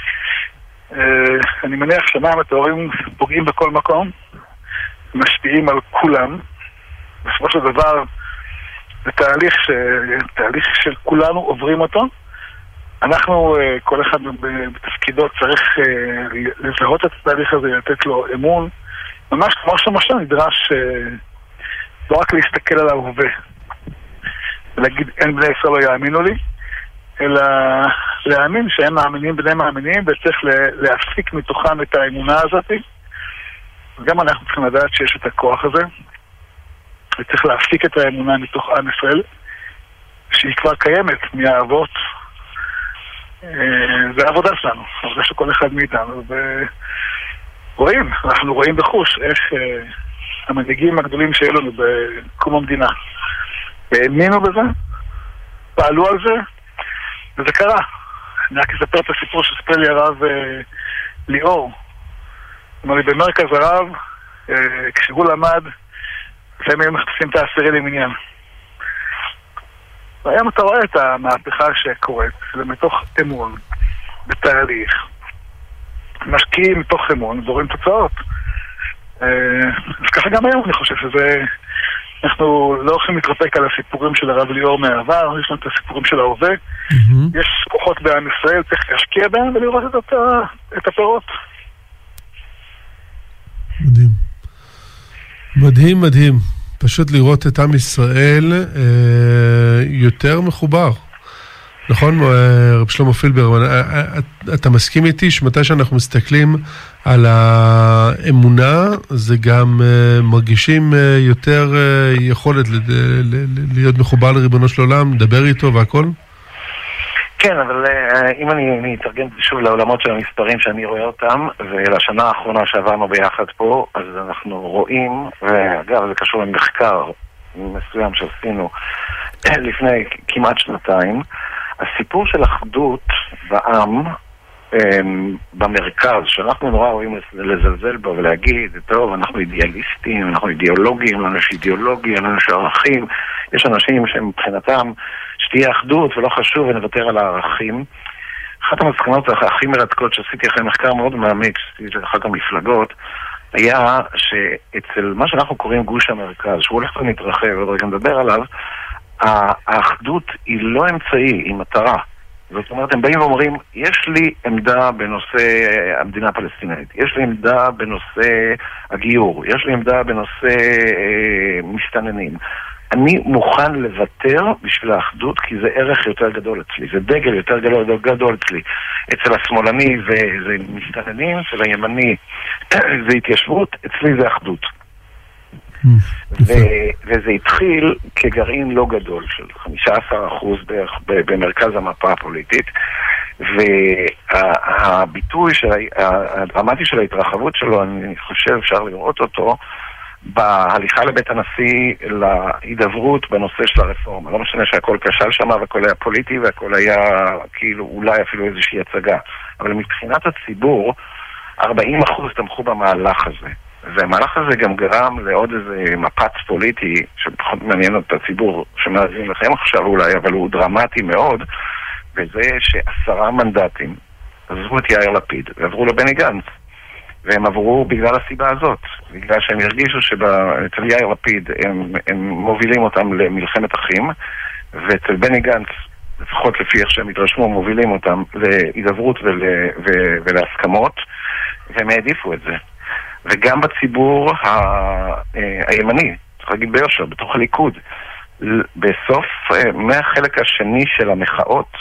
אני מניח שהמים הטהורים פוגעים בכל מקום, משפיעים על כולם. בסופו של דבר זה תהליך של כולנו עוברים אותו. אנחנו, כל אחד בתפקידו צריך לזהות את התהליך הזה, לתת לו אמון. ממש כמו שמשה נדרש לא רק להסתכל על ההווה ולהגיד אין בני ישראל לא יאמינו לי, אלא להאמין שהם מאמינים בני מאמינים, וצריך להפיק מתוכם את האמונה הזאת. וגם אנחנו צריכים לדעת שיש את הכוח הזה, וצריך להפיק את האמונה מתוך עם ישראל, שהיא כבר קיימת מהאבות. זה העבודה שלנו, העבודה של כל אחד מאיתנו. אנחנו רואים בחוש איך המנהיגים הגדולים שהיו לנו בקום המדינה האמינו בזה, פעלו על זה, וזה קרה. אני רק אספר את הסיפור שספר לי הרב ליאור. אמר לי, במרכז הרב, כשהוא למד, לפעמים היו מחפשים את העשירי למניין. והיום אתה רואה את המהפכה שקורית, זה מתוך אמון, בתהליך. משקיעים מתוך אמון, ורואים תוצאות. אז ככה גם היום אני חושב שזה... אנחנו לא הולכים להתרפק על הסיפורים של הרב ליאור מהעבר, יש לנו את הסיפורים של ההווה. יש כוחות בעם ישראל, צריך להשקיע בהם ולראות את הפירות. מדהים. מדהים, מדהים. פשוט לראות את עם ישראל יותר מחובר. נכון, רב שלמה פילברמן, אתה מסכים איתי שמתי שאנחנו מסתכלים על האמונה, זה גם מרגישים יותר יכולת להיות מחובר לריבונו של עולם, לדבר איתו והכל? כן, אבל אם אני אתרגם שוב לעולמות של המספרים שאני רואה אותם, ולשנה האחרונה שעברנו ביחד פה, אז אנחנו רואים, ואגב זה קשור למחקר מסוים שעשינו לפני כמעט שנתיים, הסיפור של אחדות בעם במרכז, שאנחנו נורא אוהבים לזלזל בו ולהגיד, טוב, אנחנו אידיאליסטים, אנחנו אידיאולוגים, לנו יש אידיאולוגיה, לנו יש ערכים, יש אנשים שמבחינתם שתהיה אחדות ולא חשוב ונוותר על הערכים. אחת המסקנות הכי מרתקות שעשיתי אחרי מחקר מאוד מעמיק, שעשיתי לאחת המפלגות, היה שאצל מה שאנחנו קוראים גוש המרכז, שהוא הולך ומתרחב, ועוד רגע נדבר עליו, האחדות היא לא אמצעי, היא מטרה. זאת אומרת, הם באים ואומרים, יש לי עמדה בנושא המדינה הפלסטינאית, יש לי עמדה בנושא הגיור, יש לי עמדה בנושא מסתננים. אני מוכן לוותר בשביל האחדות, כי זה ערך יותר גדול אצלי, זה דגל יותר גדול אצלי. אצל השמאלני זה מסתננים, אצל הימני זה התיישבות, אצלי זה אחדות. וזה התחיל כגרעין לא גדול של 15% בערך במרכז המפה הפוליטית, והביטוי הדרמטי של ההתרחבות שלו, אני חושב אפשר לראות אותו בהליכה לבית הנשיא להידברות בנושא של הרפורמה. לא משנה שהכל כשל שם והכל היה פוליטי והכל היה כאילו אולי אפילו איזושהי הצגה, אבל מבחינת הציבור 40% תמכו במהלך הזה, והמהלך הזה גם גרם לעוד איזה מפץ פוליטי שפחות מעניין את הציבור שמאזין לכם עכשיו אולי, אבל הוא דרמטי מאוד, וזה ש10 מנדטים עזבו את יאיר לפיד ועברו לבני גנץ, והם עברו בגלל הסיבה הזאת, בגלל שהם הרגישו שאצל יאיר לפיד הם מובילים אותם למלחמת אחים, ואצל בני גנץ, לפחות לפי איך שהם התרשמו, מובילים אותם להידברות ולהסכמות, והם העדיפו את זה. וגם בציבור הימני, צריך להגיד ביושר, בתוך הליכוד, בסוף, מהחלק השני של המחאות,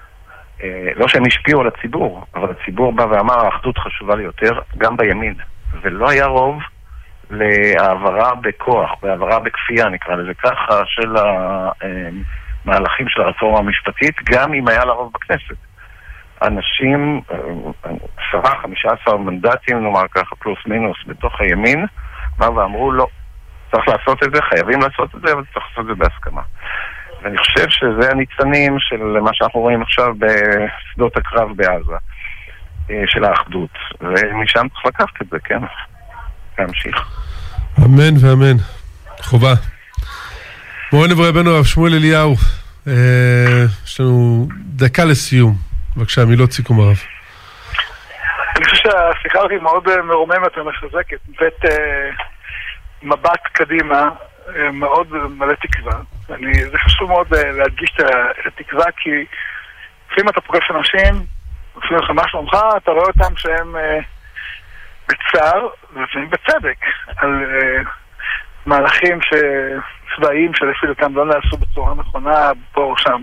לא שהם השפיעו על הציבור, אבל הציבור בא ואמר, האחדות חשובה לי יותר, גם בימין. ולא היה רוב להעברה בכוח, בהעברה בכפייה, נקרא לזה ככה, של המהלכים של הרפורמה המשפטית, גם אם היה לה רוב בכנסת. אנשים, 10-15 מנדטים, נאמר ככה, פלוס מינוס, בתוך הימין, באו ואמרו, לא, צריך לעשות את זה, חייבים לעשות את זה, אבל צריך לעשות את זה בהסכמה. ואני חושב שזה הניצנים של מה שאנחנו רואים עכשיו בשדות הקרב בעזה, של האחדות. ומשם צריך לקחת את זה, כן? להמשיך. אמן ואמן. חובה. מורנו ורבנו הרב שמואל אליהו, יש לנו דקה לסיום. בבקשה, מילות סיכום הרב. אני חושב שהשיחה הזאת מאוד מרוממת ומחזקת. נתת מבט קדימה, מאוד מלא תקווה. זה חשוב מאוד להדגיש את התקווה, כי לפעמים אתה פוגש אנשים, לפעמים לך מה שלומך, אתה רואה אותם שהם בצער, ולפעמים בצדק, על מהלכים צבאיים שלפי אותם לא נעשו בצורה נכונה פה או שם.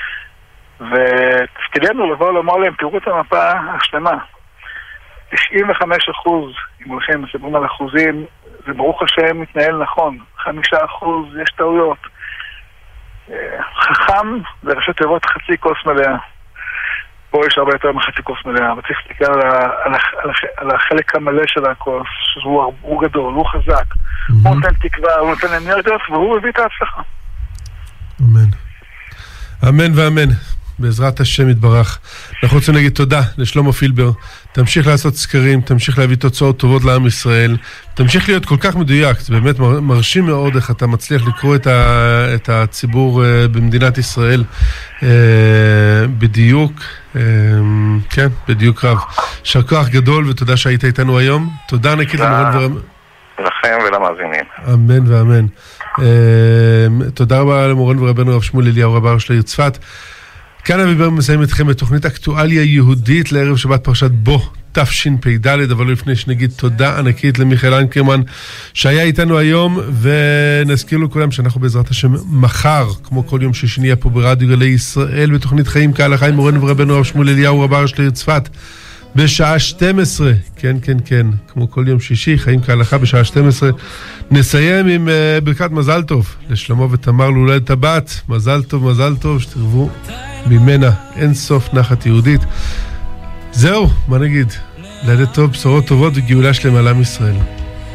ותפקידנו לבוא לומר להם, תראו את המפה השלמה. 95%, אם הולכים לסיפורים על אחוזים, זה ברוך השם מתנהל נכון. 5% יש טעויות. חכם זה ראשי תיבות חצי כוס מלאה. פה יש הרבה יותר מחצי כוס מלאה, אבל צריך להסתכל על החלק המלא של הכוס, שהוא גדול, הוא חזק. הוא נותן תקווה, הוא נותן אנרגיות, והוא הביא את ההצלחה. אמן. אמן ואמן. בעזרת השם יתברך. אנחנו רוצים להגיד תודה לשלמה פילבר. תמשיך לעשות סקרים, תמשיך להביא תוצאות טובות לעם ישראל, תמשיך להיות כל כך מדויק. זה באמת מרשים מאוד איך אתה מצליח לקרוא את הציבור במדינת ישראל בדיוק, כן, בדיוק רב. יישר כוח גדול ותודה שהיית איתנו היום. תודה ענקית למורנו לכם ולמאזינים. אמן ואמן. תודה רבה למורנו ורבנו הרב שמואל אליהו רב הראשי לעיר צפת. כאן אביבר מסיים אתכם את תוכנית אקטואליה יהודית לערב שבת פרשת בו. תשפ"ד, אבל לא לפני שנגיד תודה ענקית למיכאל אנקרמן שהיה איתנו היום, ונזכיר לכולם שאנחנו בעזרת השם מחר, כמו כל יום שישי, נהיה פה ברדיו גלי ישראל בתוכנית חיים כהלכה עם מורנו ורבנו הרב שמואל אליהו רב הראשי לעיר צפת בשעה 12, כן, כמו כל יום שישי, חיים כהלכה בשעה 12. נסיים עם ברכת מזל טוב לשלמה ותמר להולדת הבת. מזל טוב, שתרבו ממנה אין סוף נחת יהודית. זהו, מה נגיד? לילה טוב, בשורות טובות וגאולה שלמה לעם ישראל.